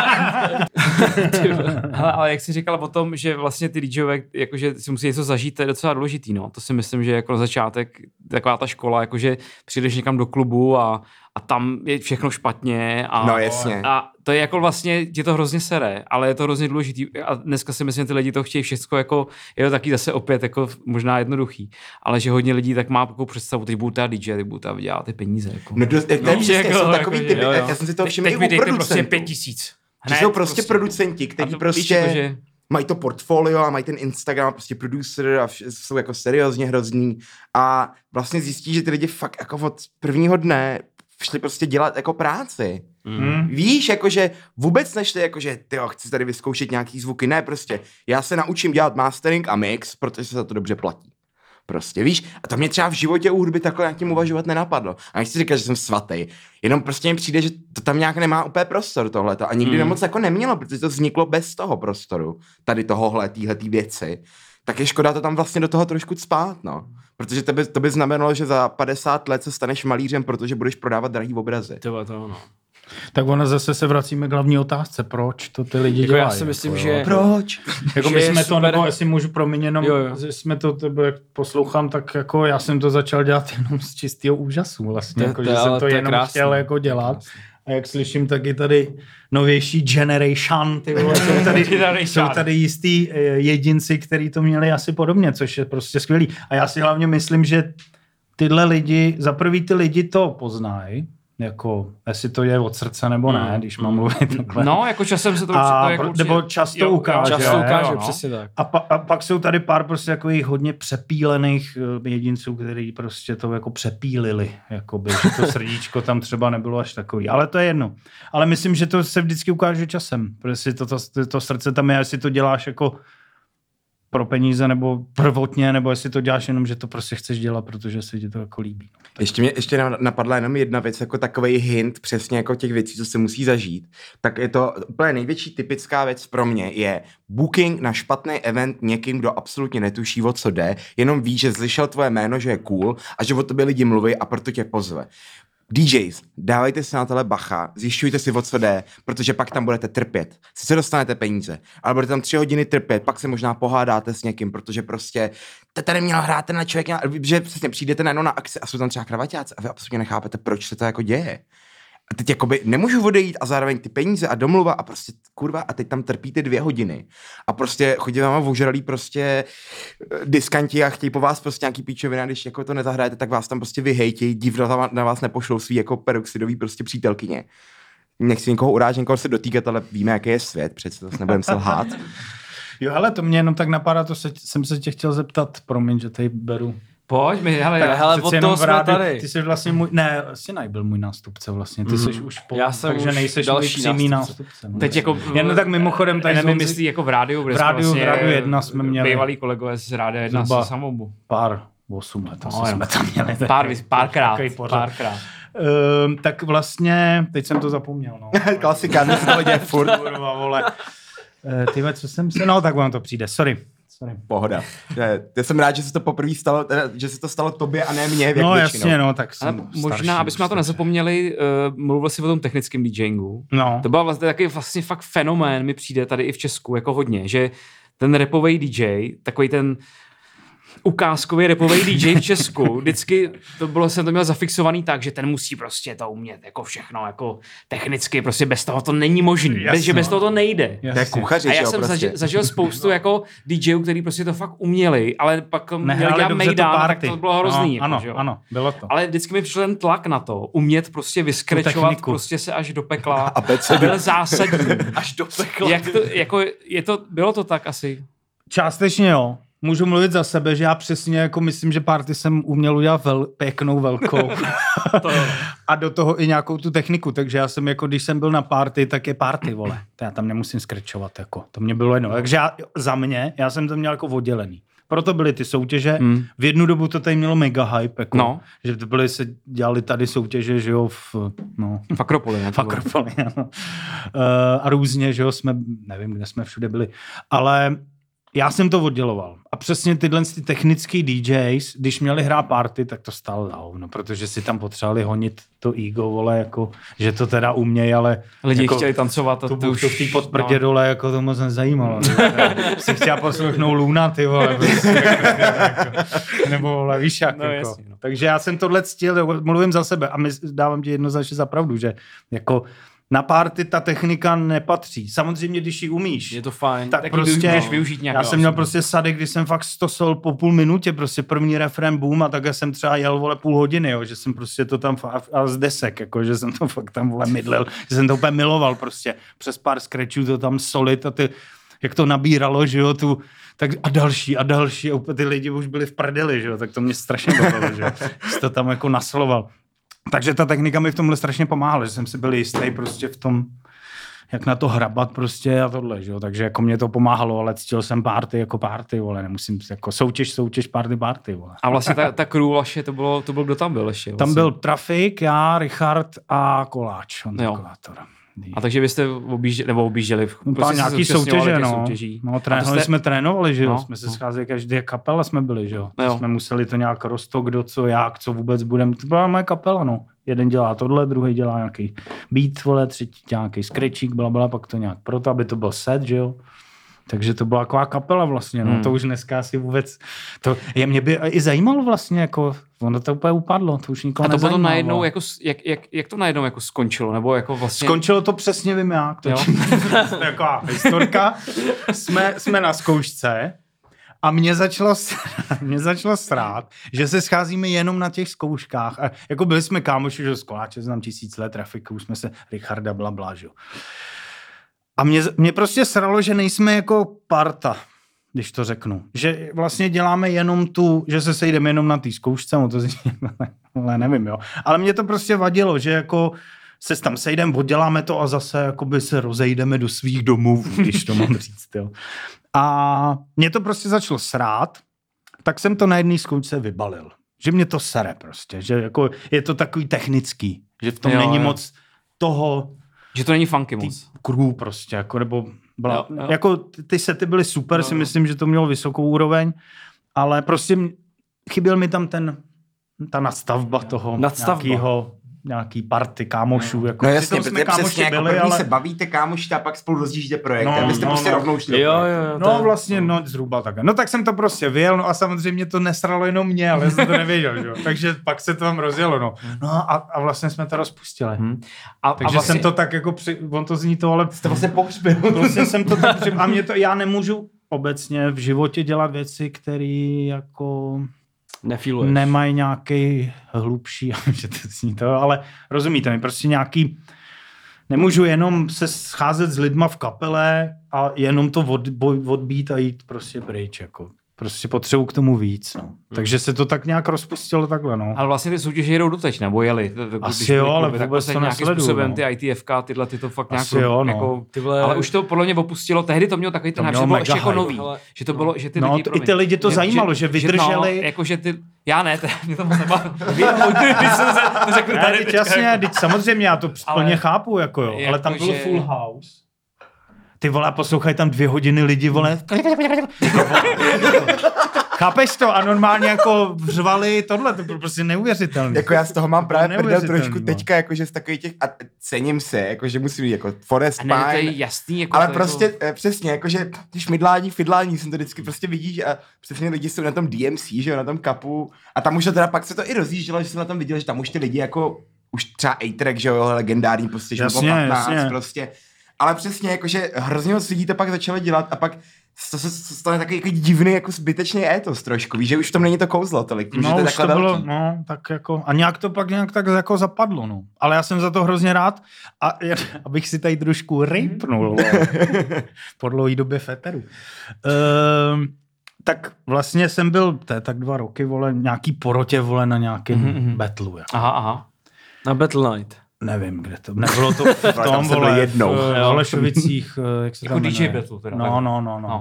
Hele, ale jak jsi říkal o tom, že vlastně ty DJové, jakože si musí něco zažít, to je docela důležitý, no. To si myslím, že jako na začátek taková ta škola, jakože přijdeš někam do klubu a, a tam je všechno špatně a, No jasně. a to je jako vlastně, tě to hrozně sere, ale je to hrozně důležitý a dneska si myslím, že ty lidi to chtějí všechno jako, je to taky zase opět jako možná jednoduchý, ale že hodně lidí tak má takovou představu, teď budu ta D J, teď budu ta vydělat ty peníze. Jako. No to, to je No, přesně, jako, jsou jako, takový že- typy, jo, jo. já jsem si to Teď, všiml teď i mi u dejte prostě producentů. pět tisíc. Že jsou prostě producenti, A kteří to prostě víš, jako, že- mají to portfolio a mají ten Instagram, prostě producer a vš- jsou jako seriózně hrozný a vlastně zjistí, že ty lidi fakt jako od prvního dne šli prostě dělat jako práci. Hmm. Víš, jakože vůbec nešli, jakože tyjo, chci tady vyzkoušet nějaký zvuky, ne, prostě já se naučím dělat mastering a mix, protože se za to dobře platí. Prostě, víš, a to mě třeba v životě u hudby takhle nad tím uvažovat nenapadlo. A nechci říkat, že jsem svatý, jenom prostě mi přijde, že to tam nějak nemá úplně prostor tohleto a nikdy Hmm. moc jako nemělo, protože to vzniklo bez toho prostoru, tady tohohle, týhletý věci. Tak je škoda to tam vlastně do toho trošku cpát, no. Protože to by, to by znamenalo, že za padesát let se staneš malířem, protože budeš prodávat drahý obrazy. To to ono. Tak ono zase se vracíme k hlavní otázce, proč to ty lidi Jako dělají. já si myslím, jako, že- jo. Proč? Jako že my je jsme to, super- nebo jestli můžu promiň, jenom, Jo, jo. že jsme to, tebe, jak poslouchám, tak jako já jsem to začal dělat jenom z čistého úžasu vlastně, To- jako, to- že jsem ale to to je jenom krásný. chtěl jako dělat. A jak slyším, tak je tady novější generation, ty vole, jsou tady, jsou tady jistý eh, jedinci, kteří to měli asi podobně, což je prostě skvělý. A já si hlavně myslím, že tyhle lidi, za prvý ty lidi to poznají, jako jestli to je od srdce nebo ne, když mám mluvit takhle. No, jako časem se to A určitě, jako pro- určitě, nebo často ukáže. Často jo, ukáže, no. přesně tak. A, pa, a pak jsou tady pár prostě takových hodně přepílených eh, jedinců, kteří prostě to jako přepílili, jakoby, že to srdíčko tam třeba nebylo až takový. Ale to je jedno. Ale myslím, že to se vždycky ukáže časem, protože to, to, to, to srdce tam je, jestli to děláš jako pro peníze nebo prvotně, nebo jestli to děláš jenom, že to prostě chceš dělat, protože se ti to jako líbí. Ještě mě ještě na- napadla jenom jedna věc, jako takovej hint přesně jako těch věcí, co se musí zažít. Tak je to úplně největší typická věc pro mě je booking na špatný event někým, kdo absolutně netuší, o co jde, jenom ví, že slyšel tvoje jméno, že je cool a že o tobě lidi mluví a proto tě pozve. D Js, dávejte si na tohle bacha, zjišťujte si, o co jde, protože pak tam budete trpět. Sice dostanete peníze, ale budete tam tři hodiny trpět, pak se možná pohádáte s někým, protože prostě to tady měl hrát ten člověk, že přesně přijdete najednou na akci a jsou tam třeba kravaťáci a vy absolutně nechápete, proč se to jako děje. A teď jakoby nemůžu odejít a zároveň ty peníze a domluva a prostě kurva a teď tam trpíte dvě hodiny. A prostě chodí vám ožralí prostě eh, diskanti a chtějí po vás prostě nějaký píčovina, když jako to nezahrajete, tak vás tam prostě vyhejtějí, divno na vás nepošlou svý jako peroxidový prostě přítelkyně. Nechci někoho urážet, někoho se dotýkat, ale víme, jaký je svět, přece to nebudeme se lhát. Jo, hele, to mě jenom tak napadá, to se, jsem se tě chtěl zeptat, promiň, že tady beru. Pojď mi, hele, Tak já, hele, Přeci od jenom toho v jsme rádiu- tady. Ty jsi vlastně můj, ne, Sinaj byl můj nástupce vlastně, ty jsi už po, Já jsem takže už nejseš můj další přímý nástupce. nástupce. no. teď jako... Jen tak mimochodem, tady nevím, jsme myslí jako v rádiu, kde v jsme rádiu- vlastně v rádiu jedna jsme měli. bývalí kolegové z rádia jedna Zhruba z Samoubu. pár, osm let, asi No, jsme tam měli. Pár, párkrát, takový pořad. párkrát. Ehm, tak vlastně, teď jsem to zapomněl, no. Klasika, mě se to děje furt. Kurva, vole. Eh, Tyhle, co jsem se, no tak vám to přijde, sorry. sorry. Pohoda. Já jsem rád, že se to poprvé stalo, teda, že se to stalo tobě a ne mně, jak No většinou. jasně, no, tak Ale jsem možná, starší, aby jsme na to už, nezapomněli, uh, mluvil jsi o tom technickém DJingu. No. To byl vlastně takový vlastně fakt fenomén, mi přijde tady i v Česku jako hodně, že ten rapový D J, takový ten ukázkový rapový D J v Česku, vždycky to bylo, jsem to měl zafixovaný tak, že ten musí prostě to umět, jako všechno, jako technicky, prostě bez toho to není možný, Jasně, bez, že bez no. toho to nejde. To je kuchaři, A že já jo, jsem prostě. zažil, zažil spoustu jako DJů, který prostě to fakt uměli, ale pak měli Nehráli dělat dobře to Mejdan, tak party. to bylo hrozný. No, jako, ano, že jo. ano, bylo to. Ale vždycky mi přišel ten tlak na to, umět prostě vyskrečovat techniku. prostě se až do pekla. A becedy. Byl zásadní. Až do pekla. Jak to, jako, je to, bylo to tak asi? Částečně jo. Můžu mluvit za sebe, že já přesně jako myslím, že party jsem uměl udělat vel, pěknou, velkou. To jo. A do toho i nějakou tu techniku, takže já jsem jako, když jsem byl na party, tak je party, vole. To já tam nemusím skrečovat, jako. To mě bylo jedno. Takže já, za mě, já jsem to měl jako oddělený. proto byly ty soutěže. Hmm. V jednu dobu to tady mělo mega hype, jako, No. že to byly, se dělali tady soutěže, že jo, v, no, V Akropoli. Ne, v Akropoli, ano. Uh, a různě, že jo, jsme, nevím, kde jsme všude byli, ale já jsem to odděloval. A přesně tyhle ty technický D Js, když měli hrát party, tak to stálo na hovno, protože si tam potřebovali honit to ego, vole, jako, že to teda uměj, ale Lidi jako, chtěli tancovat a to, to už... to v té podprdě no. dole, jako to moc nezajímalo. Si chtěla poslouchnout Luna, ty vole, prostě, jako, nebo vole, víš jak, no, jako. jasně, no. Takže já jsem tohle ctil, mluvím za sebe a my, dávám ti jednoznačně za pravdu, že jako na party ta technika nepatří. Samozřejmě, když ji umíš. Je to fajn. Tak Taky prostě, můžeš využít nějak. já jsem měl prostě sadek, kdy jsem fakt stosol po půl minutě, prostě první refrén boom a tak jsem třeba jel, vole, půl hodiny, jo, že jsem prostě to tam fakt, a z desek, jako, že jsem to fakt tam, vole, mydlil, že jsem to úplně miloval prostě. Přes pár scratchů to tam solit a ty, jak to nabíralo, že jo, tu, tak a další a další a úplně ty lidi už byli v prdeli, že jo, tak to mě strašně bavilo, že jo, jsi to tam jako nasloval. Takže ta technika mi v tomhle strašně pomáhala, že jsem si byl jistý prostě v tom, jak na to hrabat prostě a tohle, že jo, takže jako mě to pomáhalo, ale cítil jsem party jako party, vole, nemusím, jako soutěž, soutěž, party, party, vole. A vlastně ta, ta crew vaše, to bylo, to byl, kdo tam byl ještě? Vlastně? Tam byl Trafik, já, Richard a Koláč, on dekorátor. A takže vy jste objížděli, nebo objížděli, no, prostě nějaký soutěže, no. Soutěží. No, trénovali jste... jsme trénovali, že jo, no, jsme se no. scházeli, každý kapela jsme byli, že jo. jo. Jsme museli to nějak roztok, kdo co, jak, co vůbec budeme, to byla moje kapela, no. Jeden dělá tohle, druhý dělá nějaký beat, vole, třetí nějaký scratchík, blablabla, pak to nějak proto, aby to byl set, že jo. Takže to byla taková kapela vlastně, no, hmm. to už dneska asi vůbec, to je, mě by i zajímalo vlastně, jako, ono to úplně upadlo, to už nikoho nezajímalo. A to nezajímalo. potom najednou, jako, jak, jak, jak to najednou jako skončilo, nebo jako vlastně... Skončilo to přesně, vím jak, to je taková historka, jsme, jsme na zkoušce a mě začalo, mě začalo srát, že se scházíme jenom na těch zkouškách a jako byli jsme kámoši, že z Koláče znám tisíc let, Trafiku, už jsme se Richarda, blabla, že jo. A mě, mě prostě sralo, že nejsme jako parta, když to řeknu. Že vlastně děláme jenom tu, že se sejdeme jenom na té zkoušce, no to zní, ale nevím, jo. Ale mě to prostě vadilo, že jako se tam sejdeme, odděláme to a zase jakoby se rozejdeme do svých domů, když to mám říct, jo. A mě to prostě začalo srát, tak jsem to na jedné zkoušce vybalil. Že mě to sere prostě, že jako je to takový technický, že v tom jo, není jo. moc toho... Že to není funky moc. Crew prostě, jako, nebo byla, jo, jo. jako ty sety byly super, jo, si myslím, že to mělo vysokou úroveň, ale prostě chyběl mi tam ten, ta nadstavba toho nadstavba. nějakýho, nějaký party kámošů. No, Jako, no jasně, jsme kámoši jako byli, ale... se bavíte kámoši a pak spolu rozjíždíte projekt. No, a vy jste no, prostě no. rovnou šli. Jo, jo, no vlastně, no zhruba tak. No tak jsem to prostě vyjel, no a samozřejmě to nesralo jenom mě, ale jsem to nevěděl, že? Takže pak se to tam rozjelo, no. No a, a vlastně jsme to rozpustili. Hmm. A, Takže a vlastně... jsem to tak jako, při... on to zní to, ale... Jste vlastně pohřbil. Vlastně jsem to tak při... A mě to, já nemůžu obecně v životě dělat věci, které jako... Nefiluješ. Nemají nějaký hlubší, že to zní to, ale rozumíte mi, prostě nějaký, nemůžu jenom se scházet s lidma v kapele a jenom to od, odbít a jít prostě pryč, jako. Prostě potřebuji k tomu víc, no. Hmm. Takže se to tak nějak rozpustilo takhle, no. Ale vlastně ty soutěže jedou doteď, nebo jeli? Asi jo, ale vůbec to nesleduju, způsobem, no. Ty I T F K, tyhle, ty to fakt nějak... Asi jo, no. Jako, tyhle... Ale už to podle mě opustilo, tehdy to mělo takový ten náš, že bylo ještě jako nový. Ale... Že to bylo, že ty no, lidi... No, i ty lidi to že, zajímalo, že, že vydrželi... No, jako, že ty... Já ne, teda, mě to moc nebavilo. Když jsem se to řekl tady teď jasně, teď samozřejmě já to plně chápu, jako jo, ale tam bylo full house. Ty vole, poslouchají tam dvě hodiny lidi, vole. Chápeš to? A normálně jako vřvali tohle, to bylo prostě neuvěřitelné. Jako já z toho mám právě prdel trošku teďka, jakože z takových těch, a cením se, jakože musím být jako Forest Pine. A ne, to je jasný. Jako ale to prostě, jako... přesně, jakože když mydlání, fidlání, jsem to vždycky prostě vidíš a přesně lidi jsou na tom D M C, že jo, na tom kapu a tam už to teda pak se to i rozjíždělo, že jsem na tom viděl, že tam už ty lidi jako, už třeba A-Track, že jo, legendární prostě, že jasně, bylo patnáct jasně. prostě. Ale přesně, jakože hrozně moc lidí to pak začalo dělat a pak to se stane takový jako divný, jako zbytečný étos trošku, víš, že už v tom není to kouzlo tolik, tím, no, že to je už takhle to bylo, velký. no, tak jako, a nějak to pak nějak tak jako zapadlo, no. Ale já jsem za to hrozně rád a jen, abych si tady trošku rejpnul, po dlouhý době feteru. Ehm, tak vlastně jsem byl, to je tak dva roky, vole, nějaký porotě, vole, na nějakém mm-hmm. battlu. Jako. Aha, aha. Na Battle Night. Nevím, kde to, nebylo to v tom, vole, jednou. v Holešovicích, jak se jako tam D J jmenuje. battle teda. No, no, no, no. no.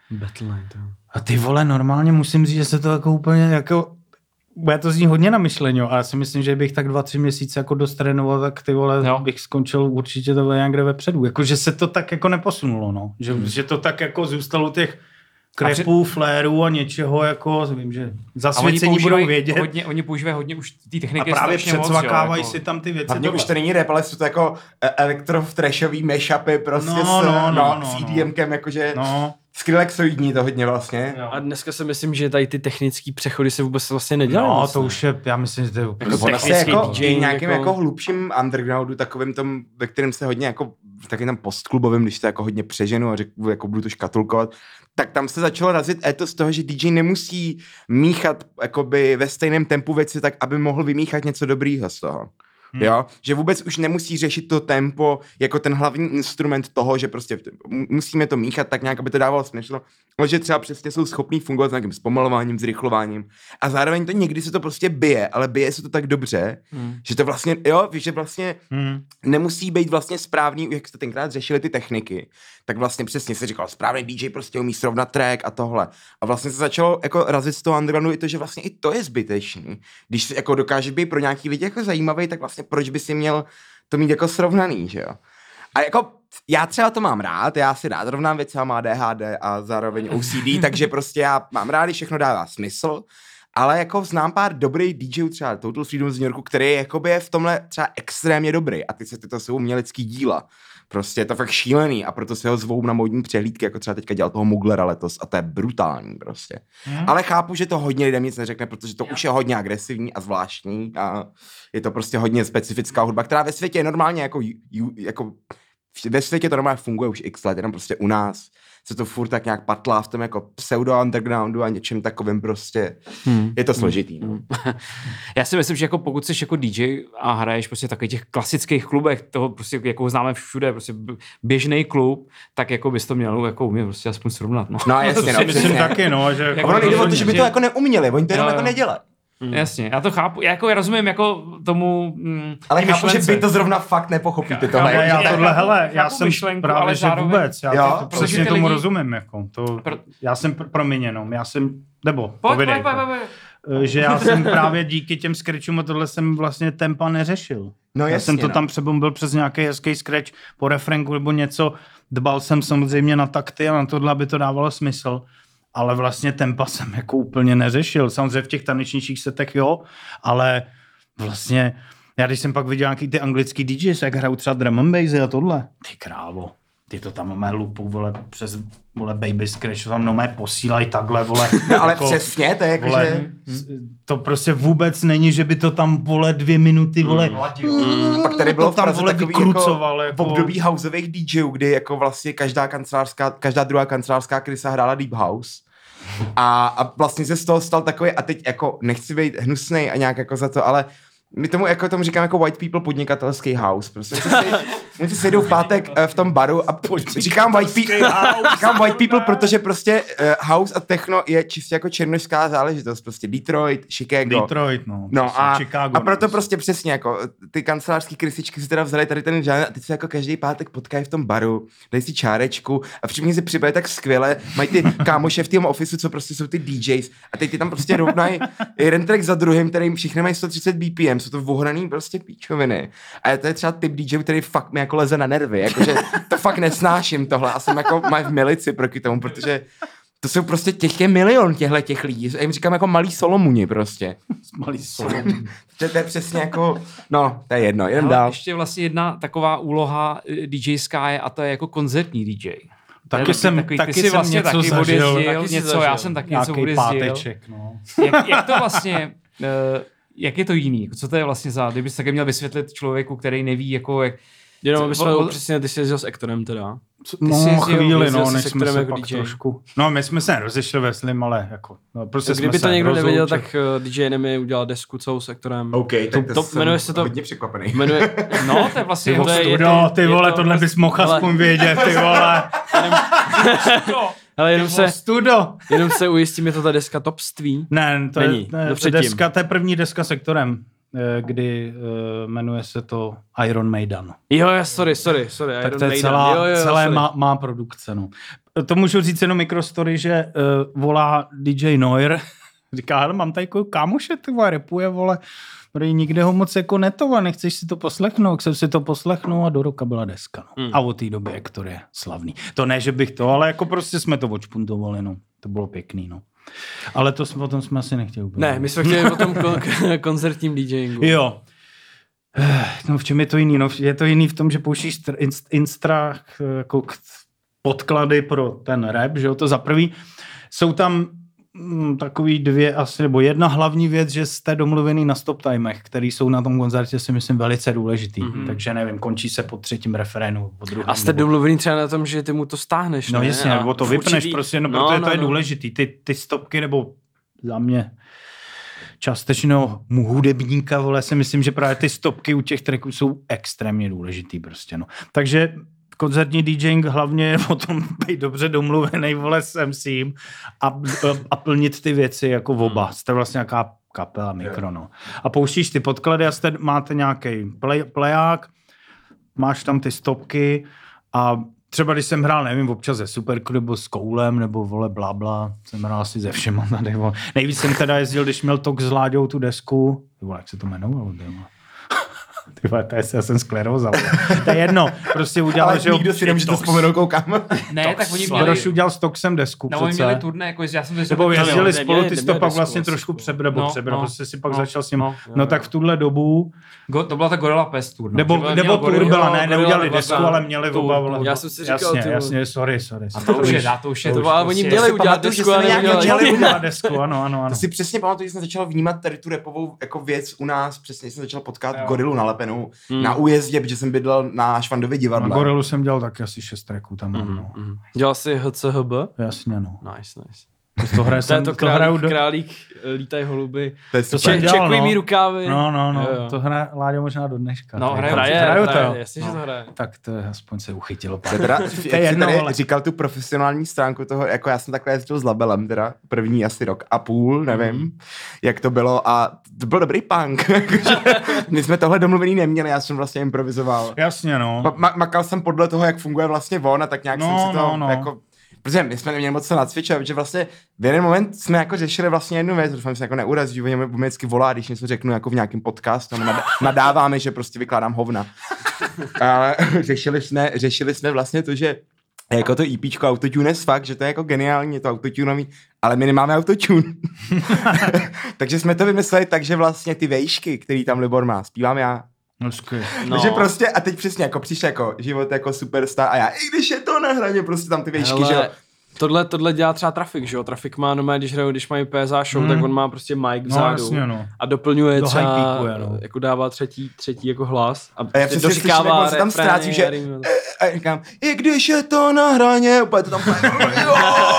Battleline, to. A ty vole, normálně musím říct, že se to jako úplně jako... Bude to zní hodně na myšlení, ale já si myslím, že bych tak dva, tři měsíce jako dost trénoval, tak ty vole, jo. bych skončil určitě to někde vepředu. Jako, že se to tak jako neposunulo, no. Že, hmm. že to tak jako zůstalo těch krepů, před... flérů a něčeho, jako, vím, že zasvěcení budou vědět. Hodně, oni používají hodně už ty techniky. A právě předsvakávají jako... si tam ty věci. Hlavně už to není rap, ale jsou to jako elektro-trashový mashupy prostě no, s, no, no, no, s EDMkem, jakože no. Skrillexoidní to hodně vlastně. Jo. A dneska si myslím, že tady ty technické přechody se vůbec vlastně nedělají. No, vlastně. To už je, já myslím, že to je jako technický jako, D J. Nějakým jako... jako hlubším undergroundu, takovým tom, ve kterém se hodně jako, taky tam postklubovým, když to jako hodně přeženu a řeknu, jako budu to škatulkovat, tak tam se začalo razit etos toho, že D J nemusí míchat jakoby ve stejném tempu věci tak, aby mohl vymíchat něco dobrýho z toho. Hmm. Jo? Že vůbec už nemusí řešit to tempo jako ten hlavní instrument toho, že prostě musíme to míchat tak nějak, aby to dávalo smysl, ale že třeba přesně jsou schopní fungovat s nějakým zpomalováním, zrychlováním a zároveň to někdy se to prostě bije, ale bije se to tak dobře, hmm. že to vlastně, jo, víš, že vlastně hmm. nemusí být vlastně správný, jak jste tenkrát řešili ty techniky, tak vlastně přesně se říkalo, správný D J prostě umí srovnat track a tohle. A vlastně se začalo jako razit z toho undergroundu i to, že vlastně i to je zbytečný. Když se jako dokáže být pro nějaký lidi jako zajímavý, tak vlastně proč by si měl to mít jako srovnaný, že jo? A jako já třeba to mám rád, já si rád rovnám věci, mám A D H D a zároveň O C D, takže prostě já mám rád, když všechno dává smysl, ale jako znám pár dobrých DJů, třeba Total Freedom z New Yorku, který jakoby je v tomhle třeba extrémně dobrý a ty se tyto jsou umělecký díla. Prostě je to fakt šílený a proto se ho zvou na módní přehlídky, jako třeba teďka dělal toho Muglera letos a to je brutální prostě. Hmm. Ale chápu, že to hodně lidem nic neřekne, protože to už je hodně agresivní a zvláštní a je to prostě hodně specifická hudba, která ve světě je normálně jako, jako ve světě to normálně funguje už x let, jenom prostě u nás se to furt tak nějak patlá v tom jako pseudo-undergroundu a něčem takovým prostě, hmm. je to složitý. Hmm. No. Já si myslím, že jako pokud jsi jako D J a hraješ prostě v takových těch klasických klubech, toho prostě jako známe všude, prostě běžný klub, tak jako bys to měl jako umět prostě aspoň srovnat. No, no jasně, no, myslím taky, no, že... Jako ono nejde o to, že by to jako neuměli, oni to jenom jako nedělají. Mm. Jasně, já to chápu, já jako rozumím jako tomu mm, ale chápu, že vy to zrovna fakt nepochopíte tohle. Já, já tohle, hele, já jsem myšlenku, právě, ale že zároveň, vůbec, já jo, to, přesně tomu lidi... rozumím, jako, to, Pro... já jsem pr- promiň jenom, já jsem, nebo, povědej, pojď, pojď, pojď. že já jsem právě díky těm scratchům a tohle jsem vlastně tempa neřešil. No já jasně, jsem to no. tam přebombil přes nějaký hezký scratch po refrenku nebo něco, dbal jsem samozřejmě na takty a na tohle, aby to dávalo smysl. Ale vlastně tempa jsem jako úplně neřešil. Samozřejmě v těch tanečnějších setech jo, ale vlastně já když jsem pak viděl nějaký ty anglický D Js, jak hrajou třeba drum and bassy a tohle, ty krávo, ty to tam máme lupu, vole, přes, vole, baby scratch, to tam nomé posílají takhle, vole. No ale jako, přesně, to je jako, vole, že... To prostě vůbec není, že by to tam, vole, dvě minuty, vole, mm, mm, pak tady bylo v Praze takový jako, jako v období houseových DJů, kdy jako vlastně každá kancelářská, každá druhá kancelářská krysa hrála deep house. A, a vlastně se z toho stal takový, a teď jako nechci být hnusnej a nějak jako za to, ale my tomu jako tomu říkáme jako white people podnikatelský house. Prostě my si sejdou v pátek uh, v tom baru a říkám white, pe- říkám white people, protože prostě uh, house a techno je čistě jako černošská záležitost. Prostě Detroit, Chicago. Detroit, no. No a, Chicago, a proto prostě přesně jako ty kancelářský krysičky si teda vzali tady ten žádný a teď se jako každý pátek potkají v tom baru, dají si čárečku a všichni si přibají tak skvěle, mají ty kámoše v tom office, co prostě jsou ty D Js a teď ty tam prostě rovnají jeden track za druhým, kterým všichni mají sto třicet B P M, jsou to vohraný prostě píčoviny. A to je třeba typ D J, který fakt mi jako leze na nervy, jakože to fakt nesnáším tohle a jsem jako mají v milici proti tomu, protože to jsou prostě těch je milion těchhle těch lidí. Já jim říkám jako malý Solomuni prostě. Malý Solomuni. to, to je přesně jako, no, to je jedno, jdem dál. Ještě vlastně jedna taková úloha DJská je a to je jako koncertní D J. Taky jsem, takový, taky jsem vlastně něco taky zažil. Odjezdil, taky něco, zažil. Já jsem taky něco odjezdil. Páteček, no. jak, jak to vlastně... Uh, jak je to jiný? Co to je vlastně za... Kdybys také měl vysvětlit člověku, který neví, jako jak... Jenom, aby jsme přesně, ty jsi jezdil s Ektorem teda. Co, no, jsi chvíli, no, než jsme se jako pak D J. Trošku... No, my jsme se nerozešli ve Slim, ale jako... No, prostě kdyby to někdo nevěděl, tak uh, D J Nemi udělal desku celou s Ektorem. OK, tak to, to jsem jmenuje se to, hodně překvapený. Jmenuje, no, to je vlastně... Ty, to je, je no, to, ty vole, to tohle vlastně, bys mohl aspoň vědět, ty vole. Ale jenom se, studo. jenom se ujistím, je to ta deska Topství? Ne, to Není, je ne, deska, to je první deska s Ektorem. kdy uh, jmenuje se to Iron Maiden. Jo, jo, sorry, sorry, sorry. Tak Iron to je Maiden. celá, jo, jo, celé sorry. má, má produkce. No. To můžu říct jenom mikrostory, že uh, volá D J Noir, říká, hele, mám tady jako kámoše, ty vole, rapuje, vole, který nikde ho moc jako netova, nechceš si to poslechnout, jak jsem si to poslechnul a do roka byla deska. No. Hmm. A od té doby Ektor je slavný. To ne, že bych to, ale jako prostě jsme to odšpuntovali, no. To bylo pěkný, no. Ale to jsme, potom jsme asi nechtěli úplně. Ne, my jsme chtěli potom kon- koncertním DJingu. Jo. No v čem je to jiný? No, je to jiný v tom, že pouštíš inst- instra jako podklady pro ten rap, že jo, to za prvý. Jsou tam mm, takový dvě asi, nebo jedna hlavní věc, že jste domluvený na stop timech, který jsou na tom koncertě si myslím velice důležitý. Mm-hmm. Takže nevím, končí se po třetím referénu, po druhém. A jste nebo... domluvený třeba na tom, že ty mu to stáhneš, No ne? jasně, nebo to vypneš určitý... prostě, no, no protože no, to je no. důležitý. Ty, ty stopky, nebo za mě částečného hudebníka, vole, si myslím, že právě ty stopky u těch tracků jsou extrémně důležitý prostě, no. Takže koncertní DJing hlavně je o tom být dobře domluvený, vole, s emcem a, a plnit ty věci jako v oba. Jste vlastně nějaká kapela, mikro, no. A pouštíš ty podklady a jste, máte nějaký play, playák, máš tam ty stopky a třeba když jsem hrál, nevím, občas ze Superku nebo s Koulem, nebo vole blabla, jsem hrál asi ze všema tady, vole. Nejvíc jsem teda jezdil, když měl Tok s Láďou tu desku, vole, jak se to jmenovalo, ty vole, to je, já jsem skleróza. To je jedno, prostě udělal, ale že... nikdo si nemůže to vzpomenout, koukám. Ne, Tox, tak oni měli... Broš udělal s Toxem desku. No, oni měli turné, jako já jsem to... Nebo jezdili spolu, ty jsi to pak desku, vlastně desku. trošku přebral, nebo No, přebral, no, prostě si pak no, začal s ním. no, No tak v tuhle dobu... Go, to byla ta Gorilla Pest tour. No. Nebo, Nebo, nebo tour byla, ne, neudělali byla desku, ta- ale měli tour, oba, tour. vole. Já jsem si říkal, jasně, ty- jasně, sorry, sorry. A to už je, to už je. To ale oni prostě- měli si udělat pamatuju, že desku, jsme ale nějak neudělali. Měli udělat desku, ano, ano, ano. To si přesně pamatuju, že jsem začal vnímat tady tu rapovou jako věc u nás, přesně jsem začal potkat Jo. Gorilu nalepenou Hmm. na újezdě, protože jsem bydlel na Švandově Na divadle. Gorilu jsem dělal taky asi šest tracků tam, Mhm, no. mhm. Dělal jsi H C H B? Jasně, no. Nice, nice. To hraje To je jsem, to to hraju králík, do... králík, lítaj holuby. To je To super. jsem Če- dělal, čekuj no. mý rukávy. No, no, no, Jo, jo. to hraje Láďo možná do dneška. No, Tak. hraju, Hraje, hraju hraje, to. jasně, že No. to hraje. Tak to je, aspoň se uchytilo. To teda, To jak je jsi jedno, tady ale... říkal tu profesionální stránku toho, jako já jsem takhle jezdil s labelem, teda první asi rok a půl, nevím, mm. jak to bylo a to byl dobrý punk. My jsme tohle domluvený neměli, já jsem vlastně improvizoval. Jasně, no. Ma- ma- makal jsem podle toho, jak funguje vlastně on a tak nějak No, jsem si to no, no. jako... Protože my jsme neměli moc co nacvičovat, protože vlastně v jeden moment jsme jako řešili vlastně jednu věc, doufám, že se jako neurazí, že oni mě vždycky volá, když něco řeknu jako v nějakém podcastu, a nad- nadáváme, že prostě vykládám hovna. Ale řešili jsme, řešili jsme vlastně to, že jako to EPčko autotune je fakt, že to je jako geniální, je to autotunový, ale my nemáme autotune. Takže jsme to vymysleli tak, že vlastně ty vejšky, který tam Libor má, zpívám já. No, skvělé. No. Takže prostě, a teď přesně jako přišel jako život jako superstar a já, i když je to na hraně, prostě tam ty vejšky, Hele, že jo. Tohle, tohle dělá třeba Trafik, že jo? Trafik má normálně, když hrajou, když mají P S A show, Hmm. tak on má prostě mic No, vzadu jasně, no. a doplňuje Do třeba, high-peakuje, no. jako dává třetí, třetí jako hlas a, A já přesně slyším, jak on se tam ztrácí, že a říkám, i když je to na hraně, úplně to tam jo.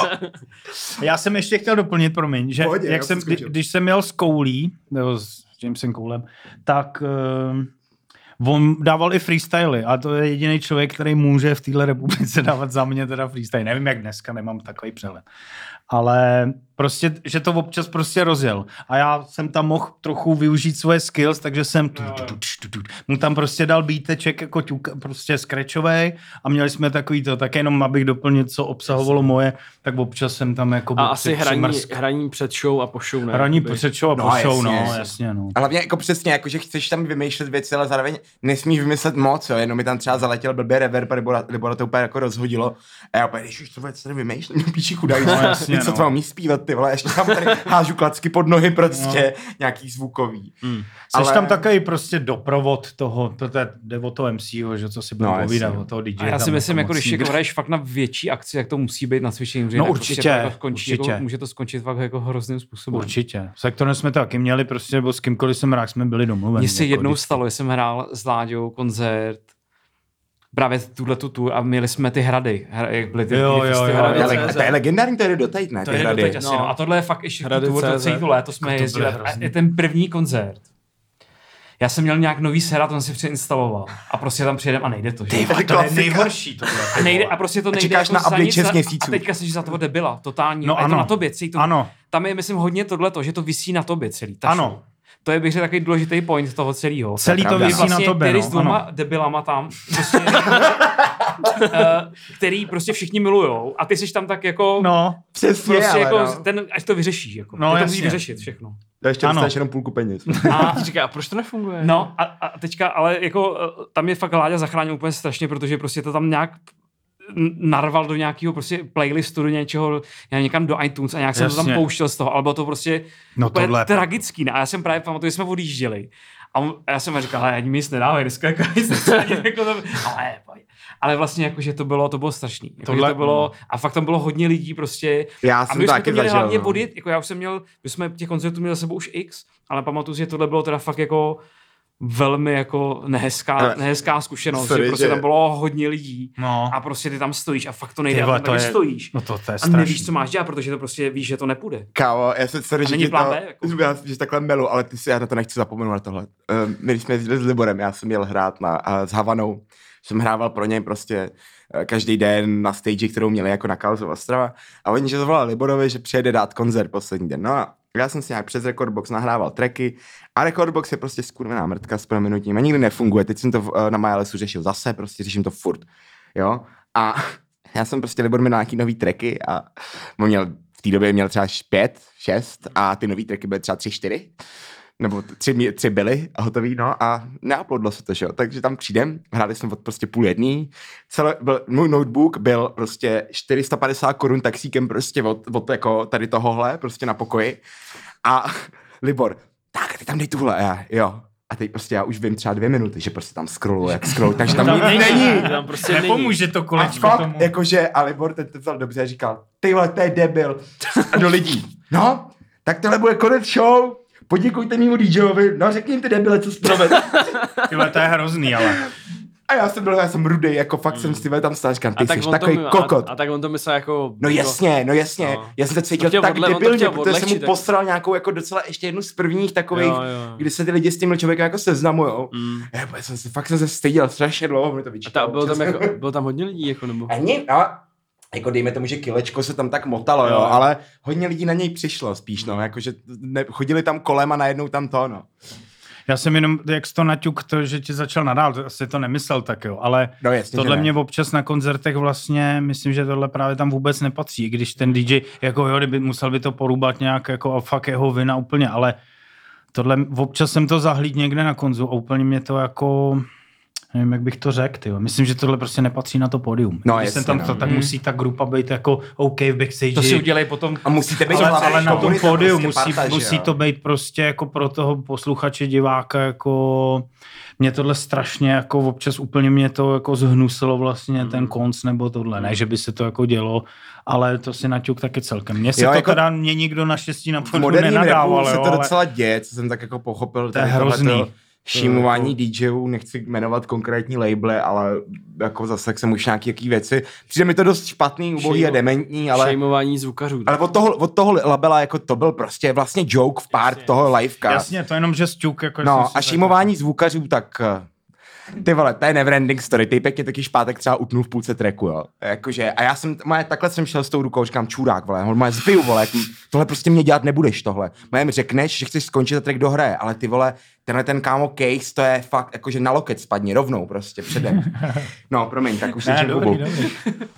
Já jsem ještě chtěl doplnit, promiň, že Pohodě, jak já jsem, jsem skočil. když jsem jel s Koulí, nebo s Jamesem Koulem, tak uh, on dával i freestyly a to je jediný člověk, který může v téhle republice dávat za mě teda freestyle. Nevím, jak dneska, nemám takový přehled. Ale prostě, že to občas prostě rozjel. A já jsem tam mohl trochu využít svoje skills, takže jsem tu, tu, tu, tu, tu, mu tam prostě dal beateček jako ťuk, prostě scratchovej a měli jsme takový to, tak jenom abych doplnil, co obsahovalo moje, tak občas jsem tam jako... A asi hraní, hraní před show a po show, ne? Hraní Jakoby. před show a No, po show, no, jasně, jasně. jasně, no. A hlavně jako přesně, jako že chceš tam vymýšlet věci, ale zároveň nesmíš vymyslet moc, jo, jenom mi tam třeba zaletěl blbý reverb, nebo Libora to úplně jako rozhodilo. A já úplně, když to věc tady vymýšlím, píči chudák, No, jasně, co no. to mám zpívat, ty vole, ještě tam tady hážu klacky pod nohy prostě, no. Nějaký zvukový. Mm. Jseš Ale- tam takový prostě doprovod toho, to je, jde o toho M C ho, že co si budeme No, povídat, jasně. o toho D J. A já si tam myslím, jako moc když nikdo. jako hraješ fakt na větší akci, jak to musí být na cvičení, No, jinak určitě, prostě to jako skončí, určitě. Jako, může to skončit fakt jako hrozným způsobem. Určitě. S Hektorem jsme to taky měli, prostě, nebo s kýmkoliv jsem hrál, jsme byli domluveni. Mně se jako jednou vždycky. stalo, že jsem hrál s Láďou koncert, právě tuhle tu tu a měli jsme ty hrady, hra, jak byly ty, Jo, ty jo, jo, festivaly. jo. Ale C Z. to je legendární, to je doteď, ne? To ty je hrady. doteď asi, No. no. A tohle je fakt ještě Hrady tu, to C Z. celý to léto jsme To bylo jezdili. A hrozný. je ten první koncert. Já jsem měl nějak nový setup, on si přeinstaloval. A prostě tam přijedem a nejde to. Že? Ty vole, to je klasika. nejhorší tohle. A, nejde, a prostě to nejde čekáš jako na za update nic, šest a- měsíců. A teďka jsi za toho debila, totální. No a je to ano. na tobě celý to. Ano. Tam je, myslím, hodně tohleto, že to visí na tobě celý. Ta Ano. show. To je bych řekl takový důležitý point toho celého. Celý to visí vlastně na tobě, ty no, s dvouma ano. debilama tam, prostě, uh, který prostě všichni milujou a ty jsi tam tak jako, No, Přesně, prostě ale jako no. ten, až to vyřešíš, jako. No, ty to musíš jasně. vyřešit všechno. To ještě Ano. dostaneš jenom půlku peněz. A, Ty říká, a proč to nefunguje? no a, a teďka, ale jako eh, tam je fakt Láďa zachránil úplně strašně, protože prostě to tam nějak n- narval do nějakého prostě playlistu, do něčeho, já nevím, někam do iTunes a nějak jsem to tam Jasně. pouštěl z toho, ale bylo to prostě No úplně tohle- tragický. Ne? A já jsem právě pamatuju, že jsme odjížděli a on- a já jsem mu říkal, ale ani mi nic nedávají, dneska jako nic nedávají, jako to, ale, ale vlastně jako, že to bylo, to bylo strašný. Jako, Tohle- že to bylo, a fakt tam bylo hodně lidí prostě. Já A jsem my to jsme taky to měli zažil. hlavně no. odjet, jako já už jsem měl, my jsme těch koncertů měli za sebou už x, ale pamatuju si, že tohle bylo teda fakt jako velmi jako nehezká, Ale- nehezká zkušenost, sorry, že prostě že- tam bylo hodně lidí no. a prostě ty tam stojíš a fakt to nejde, Ty a vole, tam to taky je- stojíš. No to, to je A nevíš, strašný. co máš dělat, protože to prostě víš, že to nepůjde. Kámo, já jsem sorry, A že není ti plán to, B, jako? já, že takhle melu, ale ty si, já na to nechci zapomenout na tohle. Uh, my když jsme jezdili s Liborem, já jsem měl hrát na, uh, s Havanou, jsem hrával pro něj prostě uh, každý den na stage, kterou měli jako na Kalzu Ostrava a oni, že zavolali Liborovi, že přijede dát koncert poslední den. No a já jsem si nějak přes Recordbox nahrával tracky a Recordbox je prostě skurvená mrtka s prominutím a nikdy nefunguje. Teď jsem to uh, na Majalesu řešil zase, prostě řeším to furt. Jo? A já jsem prostě Libor mi na nějaký nový tracky a on měl v té době měl třeba pět, šest a ty nový tracky byly třeba tři, čtyři. Nebo tři, mě- tři byly a hotový, no a neuploadlo se to, že jo. Takže tam přijdem, hráli jsme od prostě půl jedný. Celé, byl, můj notebook byl prostě čtyři sta padesát korun taxíkem prostě od, od jako tady tohohle, prostě na pokoji. A Libor, tak ty tam dej tuhle, a já, jo. A teď prostě já už vím třeba dvě minuty, že prostě tam scrolluji, jak scroll, takže tam nic není. Tam prostě není. Nepomůže to A kolečko fakt, tomu. jakože, a Libor ten to vzal dobře a říkal, ty vole, to je debil. A do lidí, no, tak tohle bude konec show, poděkujte mému DJovi, no řekni jim ty debile, co jsi provedl. Tyhle, to je hrozný, ale. A já jsem byl, já jsem rudej, jako fakt jsem s tím tam stál, říkám, ty jsi on takový to, kokot. A, a tak on to myslel jako... No jasně, no jasně, No. já jsem se cítil chtěl tak odle- on to debilně, chtěl protože jsem mu odlehčit, tak- posral nějakou jako docela ještě jednu z prvních takových, Jo, jo. kdy se ty lidi s tím člověkem jako seznamujou. Mm. Já, já jsem se, fakt jsem se styděl strašně dlouho, mi to A vyčítalo. ta, bylo, tam jako, bylo tam hodně lidí, jako nebo... Ani, no, jako dejme tomu, že kilečko se tam tak motalo, jo, Jo. ale hodně lidí na něj přišlo spíš, no, jakože ne, chodili tam kolem a najednou tam to, no. Já jsem jenom, jak jsi to naťuk, to, že ti začal nadál, to asi to nemyslel tak, jo, ale No jasně, tohle že ne. mě občas na koncertech vlastně, myslím, že tohle právě tam vůbec nepatří, i když ten D J, jako jo, kdyby musel by to porůbat nějak, jako a fakt jeho vina úplně, ale tohle, občas jsem to zahlíd někde na konzu a úplně mě to jako, nevím, jak bych to řekl, tyjo. Myslím, že tohle prostě nepatří na to pódium. No, Když jasně, jsem tam no. to, tak Mm. musí ta grupa být jako OK v backstage. To si udělej potom. A musíte být Ale, hlavně ale na tom komunita, pódiu prostě musí, parta, že musí jo. to být prostě jako pro toho posluchače, diváka, jako mě tohle strašně jako občas úplně mě to jako zhnusilo vlastně ten konc nebo tohle, ne, že by se to jako dělo, ale to si naťuk taky celkem. Mně se Jo, to jako- teda, mě nikdo naštěstí na V pódiu moderním nenadával, rapu se jo, to ale docela děje, co jsem tak jako pochopil. To je tady hrozný. tohleto Šímování To DJů, nechci jmenovat konkrétní labely, ale jako zase jak jsem už nějaký jaký věci. Přijde mi to dost špatný, ubohý a Šejmo- dementní, ale... Šejmování zvukařů. Ale od toho, od toho labela jako to byl prostě vlastně joke v part toho livecast. jasně, to jenom, že sťuk, jako jsem No si a tak- šímování zvukařů, tak eh, ty vole, to je neverending story. Týpek mě taky špátek třeba utnul v půlce tracku, jo. Jakože, a já jsem, moje, takhle jsem šel s tou rukou, říkám, čurák, vole, moje zbiju, vole, jak, tohle prostě mě dělat nebudeš, tohle. Moje mi řekneš, že chceš skončit a track dohraje, ale ty vole, tenhle ten kámo case, to je fakt, jakože na loket spadni rovnou prostě předem. No, promiň, tak už Ne, si dobrý, Kubu. dobrý.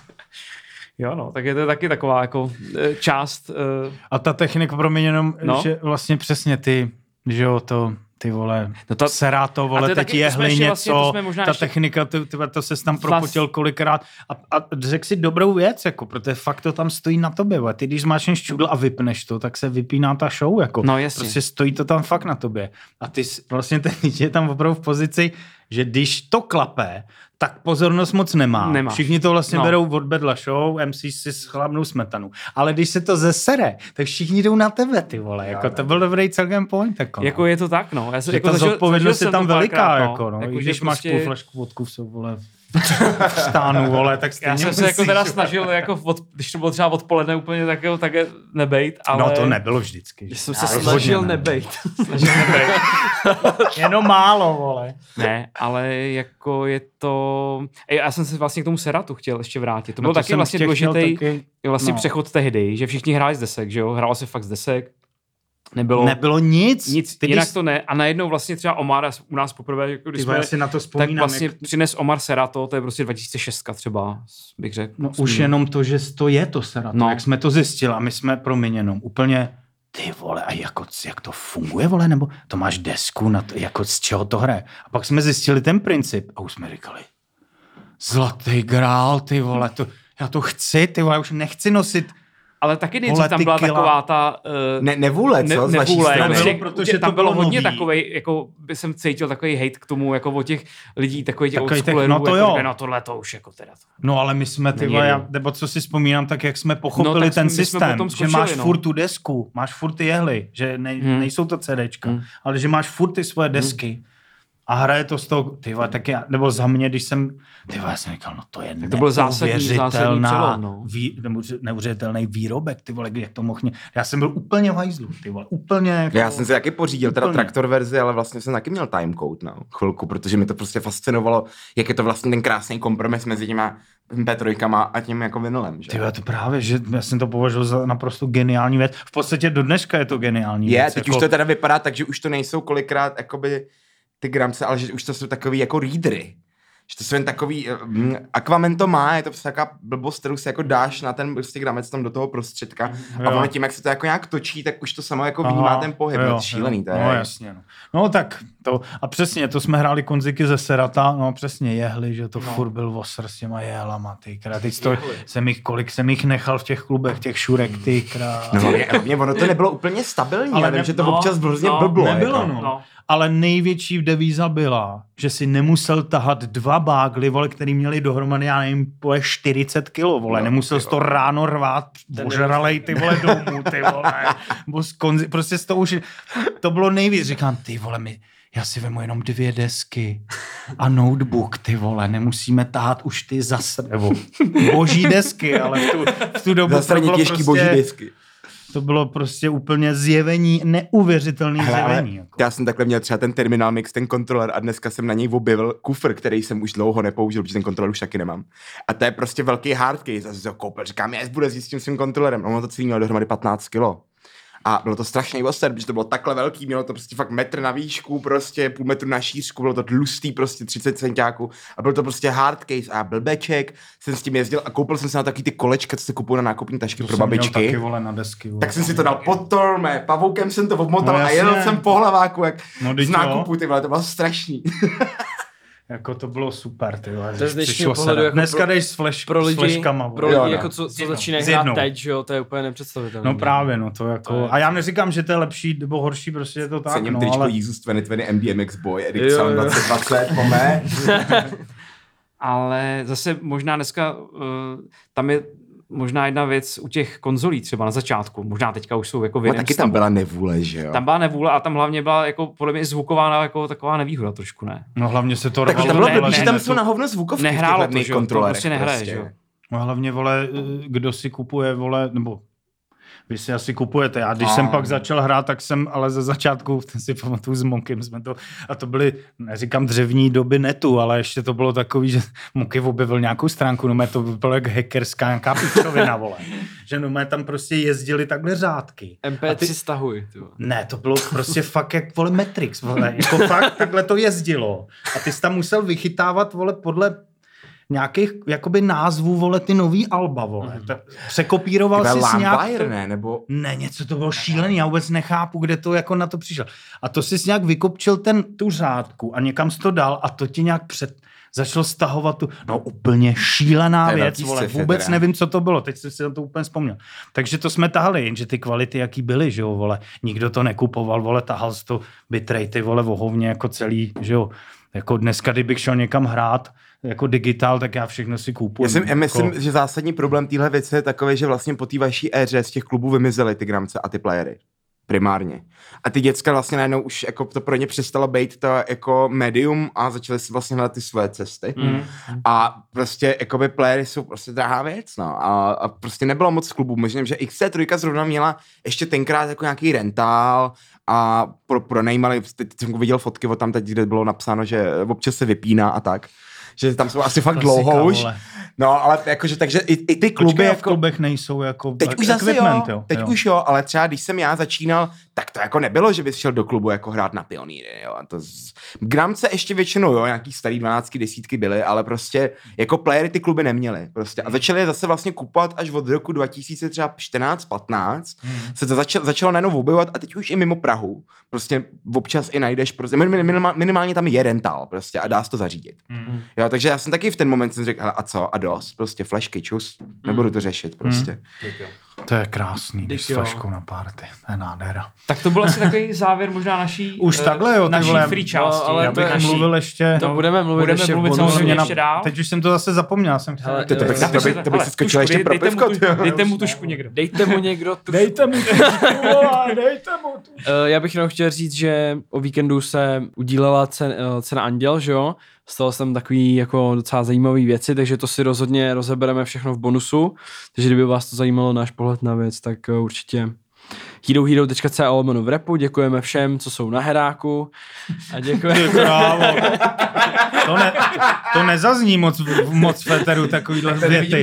Jo, no, tak je to taky taková jako eh, část. eh, A ta technika pro mě jenom, No. no. že vlastně přesně ty, že jo, to, ty vole, No to- será to, a vole, to je teď taky- to jehli jsme ještě něco, vlastně- to jsme možná ta ještě- technika, to, to, to ses tam propotil kolikrát a, a řekl si dobrou věc, jako, protože fakt to tam stojí na tobě, vole. Ty když zmáčneš čudl a vypneš to, tak se vypíná ta show, jako, No, jasně. prostě stojí to tam fakt na tobě a ty jsi- vlastně ten je tam opravdu v pozici, že když to klape, tak pozornost moc nemá. Nemáš. Všichni to vlastně No. no. berou od bedla show, M C si schlábnou smetanu. Ale když se to zesere, tak všichni jdou na tebe, ty vole. Jako, to byl dobrý celkem point. Jako, Jako no. je to tak, no. Já jsem, Že jako ta zažil- zodpovědnost zažil je tam jsem to veliká, párkrát, jako, no. Jako, I že když máš prostě- půl flašku vodku v sobě, vole, v stánu, vole, tak stejně Já jsem se musíš, jako teda že- snažil, jako od, když to bylo třeba odpoledne úplně tak, tak nebejt, ale... No to nebylo vždycky. Já jsem Já se rozhodně snažil ne. nebejt. Snažil nebejt. Jenom málo, vole. Ne, ale jako je to... Ej, já jsem se vlastně k tomu Seratu chtěl ještě vrátit. To byl No to taky jsem vlastně tě chtěl důležitý taky- vlastně no. přechod tehdy, že všichni hráli z desek, že jo? Hrálo se fakt z desek. Nebylo, Nebylo nic. nic, Ty jinak bys... to ne. A najednou vlastně třeba Omar u nás poprvé, jako když Ty, jsme, já si na to tak vzpomínám. vlastně jak... přines Omar Serato, to je prostě dva tisíce šest třeba, bych řekl. No už jenom to, že to je to Serato, No. jak jsme to zjistili a my jsme promiň jenom úplně ty vole, a jako, jak to funguje, vole, nebo to máš desku na to, jako z čeho to hraje. A pak jsme zjistili ten princip a už jsme říkali, zlatý grál, ty vole, to, já to chci, ty vole, já už nechci nosit. Ale taky nejdřív Vole, tam ty byla kila. taková ta... Uh, Ne, nevůle, co? Z vaší nevůle, strany. jako, Nebylo, že- protože že tam to bylo bylo hodně nový. takovej, jako by jsem cítil takový hate k tomu, jako od těch lidí, takových těch Takovej těch, oldschoolerů, no to jako, jo. že no tohle to už jako teda to. No ale my jsme, ty Není vole, jedno. já, nebo co si vzpomínám, tak jak jsme pochopili No, tak ten my jsme systém, potom že skočili, máš no. furt tu desku, máš furt ty jehly, že ne, Hmm. nejsou to CDčka, Hmm. ale že máš furt ty svoje desky. A hraje to z toho, ty vole, tak já, nebo za mě, když jsem, ty vole, já jsem říkal, no to je to byl zásadní- zásadní neuvěřitelná přelom, no. vý, neuvěřitelný výrobek, ty vole, jak to mohl mě, já jsem byl úplně v hajzlu, ty vole, úplně jako, Já jsem si taky pořídil teda Úplně. traktor verzi, ale vlastně jsem taky měl timecode, no, chvilku, protože mi to prostě fascinovalo, jak je to vlastně ten krásný kompromis mezi těma P tři a tím jako vinylem, že? ty vole, to právě, že já jsem to považoval za naprosto geniální věc, v podstatě do dneška je to geniální Je, věc. teď jako, už to teda vypadá tak, že už to nejsou kolikrát jakoby ty gramce, ale že už to jsou takový jako readery. Že to jsou jen takový, um, Aquaman to má, je to prostě taková blbost, kterou si jako dáš na ten prostě gramec tam do toho prostředka a Jo. ono tím, jak se to jako nějak točí, tak už to samo jako Aha, vnímá ten pohyb, jo, no, to šílený, to je. No jasně, no. No tak to, a přesně, to jsme hráli konziky ze Serata, no přesně jehly, že to no. furt byl osr s těma jehlama, ty krát. Teď to, jsem jich, kolik jsem jich nechal v těch klubech, těch šurek, ty krát. No hlavně, hlavně ono to nebylo úplně stabilní, Ale ale vím, ne- že to no, občas hrozně no, blblo. nebylo, jako. no. No. Ale největší devíza byla, že si nemusel tahat dva bágly, vole, který měli dohromady, já nevím, poje čtyřicet kilo, vole, No, nemusel jsi to ráno rvát, ožralej, ty vole, domů, ty vole, bo z konzi, prostě z toho už, to bylo nejvíc, říkám, ty vole, my, já si vemu jenom dvě desky a notebook, ty vole, nemusíme tahat už ty zase, nebo boží desky, ale v tu, v tu dobu Zase to bylo těžký prostě, boží disky. to bylo prostě úplně zjevení, neuvěřitelný Hele, ale zjevení. Jako. já jsem takhle měl třeba ten Terminal Mix, ten kontroler a dneska jsem na něj objevil kufr, který jsem už dlouho nepoužil, protože ten kontroler už taky nemám. A to je prostě velký hardcase. A jsem si ho koupil, říkám, já bude s tím svým kontrolerem. A ono to celý mělo dohromady patnáct kilo. A bylo to strašně oster, protože to bylo takhle velký, mělo to prostě fakt metr na výšku, prostě půl metru na šířku, bylo to tlustý prostě třicet centiáků a byl to prostě hardcase a blbeček, jsem s tím jezdil a koupil jsem si na taky ty kolečka, co se kupují na nákupní tašky To pro jsem měl babičky. taky, vole, na desky, vole. Tak jsem si to dal pod to, mé, pavoukem jsem to obmotal No a jel jasně. jsem po hlaváku, jak No, z teď jo. nákupu, ty vole, to bylo strašný. Jako to bylo super, ty vole. To je z že dnešního přišlo pohledu se- jako Dneska pro- jdeš s, flash, Pro s lidi, flashkama. vole. pro lidi Jo, no. jako co, co začínají S hrát jednou. teď, že jo, to je úplně nepředstavitelné. No právě, no to jako... To je- A já neříkám, že to je lepší nebo horší, prostě je to tak, Cením no, tričko ale... Jesus dvacet dvacet M D M X Boy, Eric Jo, Sound jo. dvacet dvacet, po mé. Ale zase možná dneska uh, tam je možná jedna věc u těch konzolí třeba na začátku. Možná teďka už jsou jako v No, jiném taky stavu. tam byla nevůle, že jo. Tam byla nevůle a tam hlavně byla jako podle mě zvuková jako taková nevýhoda trošku, ne? No hlavně se to Tak rvalo tam bylo ne- blbý, ne- že tam ne- jsou na hovno zvukovky v těch nehrálo to, levných že jo, to kontrolerech. prostě nehraje, že jo. No hlavně, vole, kdo si kupuje, vole, nebo vy si asi kupujete. Já když A. jsem pak začal hrát, tak jsem, ale ze začátku, ten si pamatuju s Monkem, jsme to, a to byly, neříkám dřevní doby netu, ale ještě to bylo takový, že Monky objevil nějakou stránku, no mé to bylo jak hackerská nějaká pičovina, vole. Že no mé tam prostě jezdili takhle řádky. M P tři stahuj. Ty vole. Ne, to bylo prostě fakt jak, vole, Matrix, vole. Jako fakt takhle to jezdilo. A ty jsi tam musel vychytávat, vole, podle nějakých, jakoby názvů, vole, ty nový alba, vole. Mm-hmm. Překopíroval Tyhle jsi nějak... Lampire, ne? Nebo... Ne, něco to bylo šílený, já vůbec nechápu, kde to jako na to přišel. A to jsi nějak vykopčil ten, tu řádku a někam jsi to dal a to ti nějak před, začal stahovat tu, no úplně šílená To je věc, velký vole, sci-fi vůbec teda. nevím, co to bylo, teď jsem si na to úplně vzpomněl. Takže to jsme tahali, jenže ty kvality, jaký byly, že jo, vole, nikdo to nekupoval, vole, tahal jsi to bitrate, vole, vohovně jako celý, že jo, jako dneska, kdybych šel někam hrát, jako digitál, tak já všechno si kupuju. Já, jsem, já myslím, jako... že zásadní problém téhle věci je takový, že vlastně po té vaší éře z těch klubů vymizely ty gramce a ty playery. Primárně. A ty děcka vlastně najednou už jako to pro ně přestalo být to jako medium a začaly si vlastně hledat ty své cesty. Mm. A prostě jakoby playery jsou prostě drahá věc, no. A, a prostě nebylo moc klubů. Možná, že X C tři zrovna měla ještě tenkrát jako nějaký rentál a pro, pronajímali, teď jsem viděl fotky od tam teď, kde bylo napsáno, že občas se vypíná a tak. že tam jsou asi fakt Klasika, dlouho už. vole. No, ale jakože, takže i, i ty kluby Počkej, a v jako... klubech nejsou jako Teď už zase equipment, jo, teď jo. už jo, ale třeba když jsem já začínal, tak to jako nebylo, že bys šel do klubu jako hrát na pionýry, jo. A to z... Gramce ještě většinou, jo, nějaký starý dvanáctky, desítky byly, ale prostě jako playery ty kluby neměly prostě. A začaly je zase vlastně kupovat až od roku dva tisíce čtrnáct patnáct, hmm. se to začalo, začalo najednou objevovat a teď už i mimo Prahu. Prostě občas i najdeš, prostě minimál, minimálně tam je rental prostě a dá se to zařídit. Hmm. Jo, takže já jsem taky v ten moment jsem řekl, a co, a dost, prostě flashky, čus, nebudu to řešit prostě. Hmm. To je krásný, když s flashkou na party, to je nádhera. Tak to byl asi takový závěr možná naší, už uh, takhle, jo, naší vole, free části. No, ale já bych naší, mluvil ještě... To budeme mluvit budeme ještě mluvit v bonusu. samozřejmě ještě dál. Teď už jsem to zase zapomněl, jsem chtěl. Hele, To, to, bych, eh, to, bych, to bych si skočil ještě pro dejte pivko. mu, tu, dejte mu tušku někdo. Dejte mu někdo tušku. Dejte mu tušku, vole, dejte mu tušku. Uh, já bych jenom chtěl říct, že o víkendu se udílela cen, uh, cena Anděl, že jo? Stalo jsem takový jako docela zajímavý věci, takže to si rozhodně rozebereme všechno v bonusu. Takže kdyby vás to zajímalo náš pohled na věc, tak uh, určitě herohero tečka c a lomeno v repu. Děkujeme všem, co jsou na heráku. A děkujeme. To, ne, to nezazní moc, moc feteru takovýhle věty.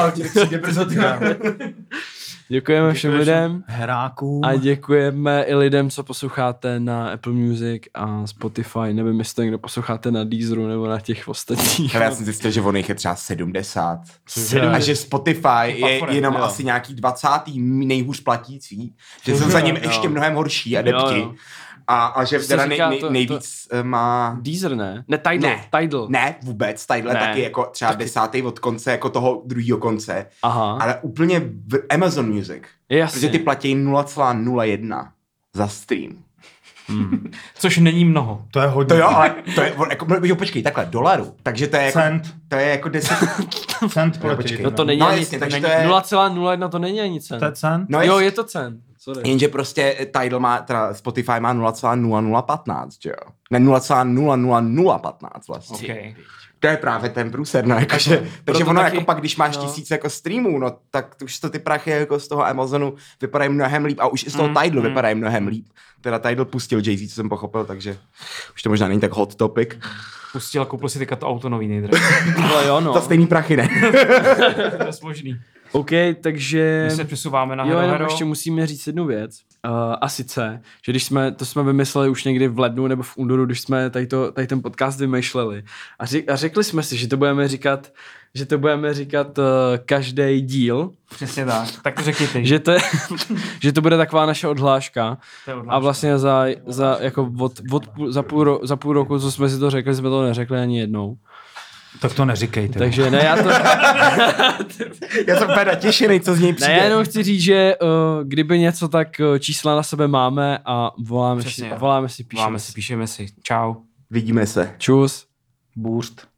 Děkujeme všem lidem. Herákům. A děkujeme i lidem, co posloucháte na Apple Music a Spotify. Nevím, jestli to někdo posloucháte na Deezeru nebo na těch ostatních. Já jsem zjistil, že ono jich je třeba sedmdesát. sedmdesát. A že Spotify je jenom jo. asi nějaký dvacátý nejhůř platící. Že jsou za ním ještě mnohem horší adepti. Jo, jo. A, a že Se teda říká nej, to- nej, nejvíc to... má... Deezer, ne? Ne, Tidal. Ne. Tidal. Ne, vůbec. Tadyhle Ne. taky jako třeba taky. desátý od konce, jako toho druhého konce. Aha. Ale úplně v Amazon Music. Jasně. Protože ty platí nula celá nula jedna za stream. Což není mnoho. To je hodně. To jo, ale to je, jako, jo, počkej, takhle, dolaru. Takže to je jako... Cent. To je jako deset... Cent Jo, platí. počkej. No to není No ani, jasně, to takže není to je- nula celá nula jedna, to není ani cen. To je cent? No Jo, jest- je to cen. Sorry. Jenže prostě Tidal má, teda Spotify má nula celá nula nula patnáct, že jo? Ne, nula celá nula nula nula patnáct vlastně. Okay. To je právě ten průser, no, jakože, takže proto ono taky- jako pak, když máš no. tisíc jako streamů, no, tak už to ty prachy jako z toho Amazonu vypadají mnohem líp a už i z toho Mm, Tidalu mm. vypadají mnohem líp. Teda Tidal pustil Jay-Z, co jsem pochopil, takže už to možná není tak hot topic. Pustil a koupil si teďka to auto nový nejdřív. Ale jo, no. Za stejný prachy, ne? To je možný. OK, takže... My se přesouváme na Jo, Hero jenom Hero. ještě musíme říct jednu věc. Uh, a sice, že když jsme, to jsme vymysleli už někdy v lednu nebo v únoru, když jsme tady, to, tady ten podcast vymýšleli. A, řek, a řekli jsme si, že to budeme říkat, že to budeme říkat uh, každý díl. Přesně tak. Tak to řekni ty. Že to, je, že to bude taková naše odhláška. To je odhláška. A vlastně za, za, jako od, od, půl- za, půl, ro, za půl roku, co jsme si to řekli, jsme to neřekli ani jednou. Tak to neříkejte. Takže ne, já to... Já jsem úplně natěšený, co z něj přijde. Ne, já jenom chci říct, že uh, kdyby něco, tak uh, čísla na sebe máme a voláme, Přesně. si, voláme si, píšeme Máme si, píšeme si. Čau. Vidíme se. Čus. Boost.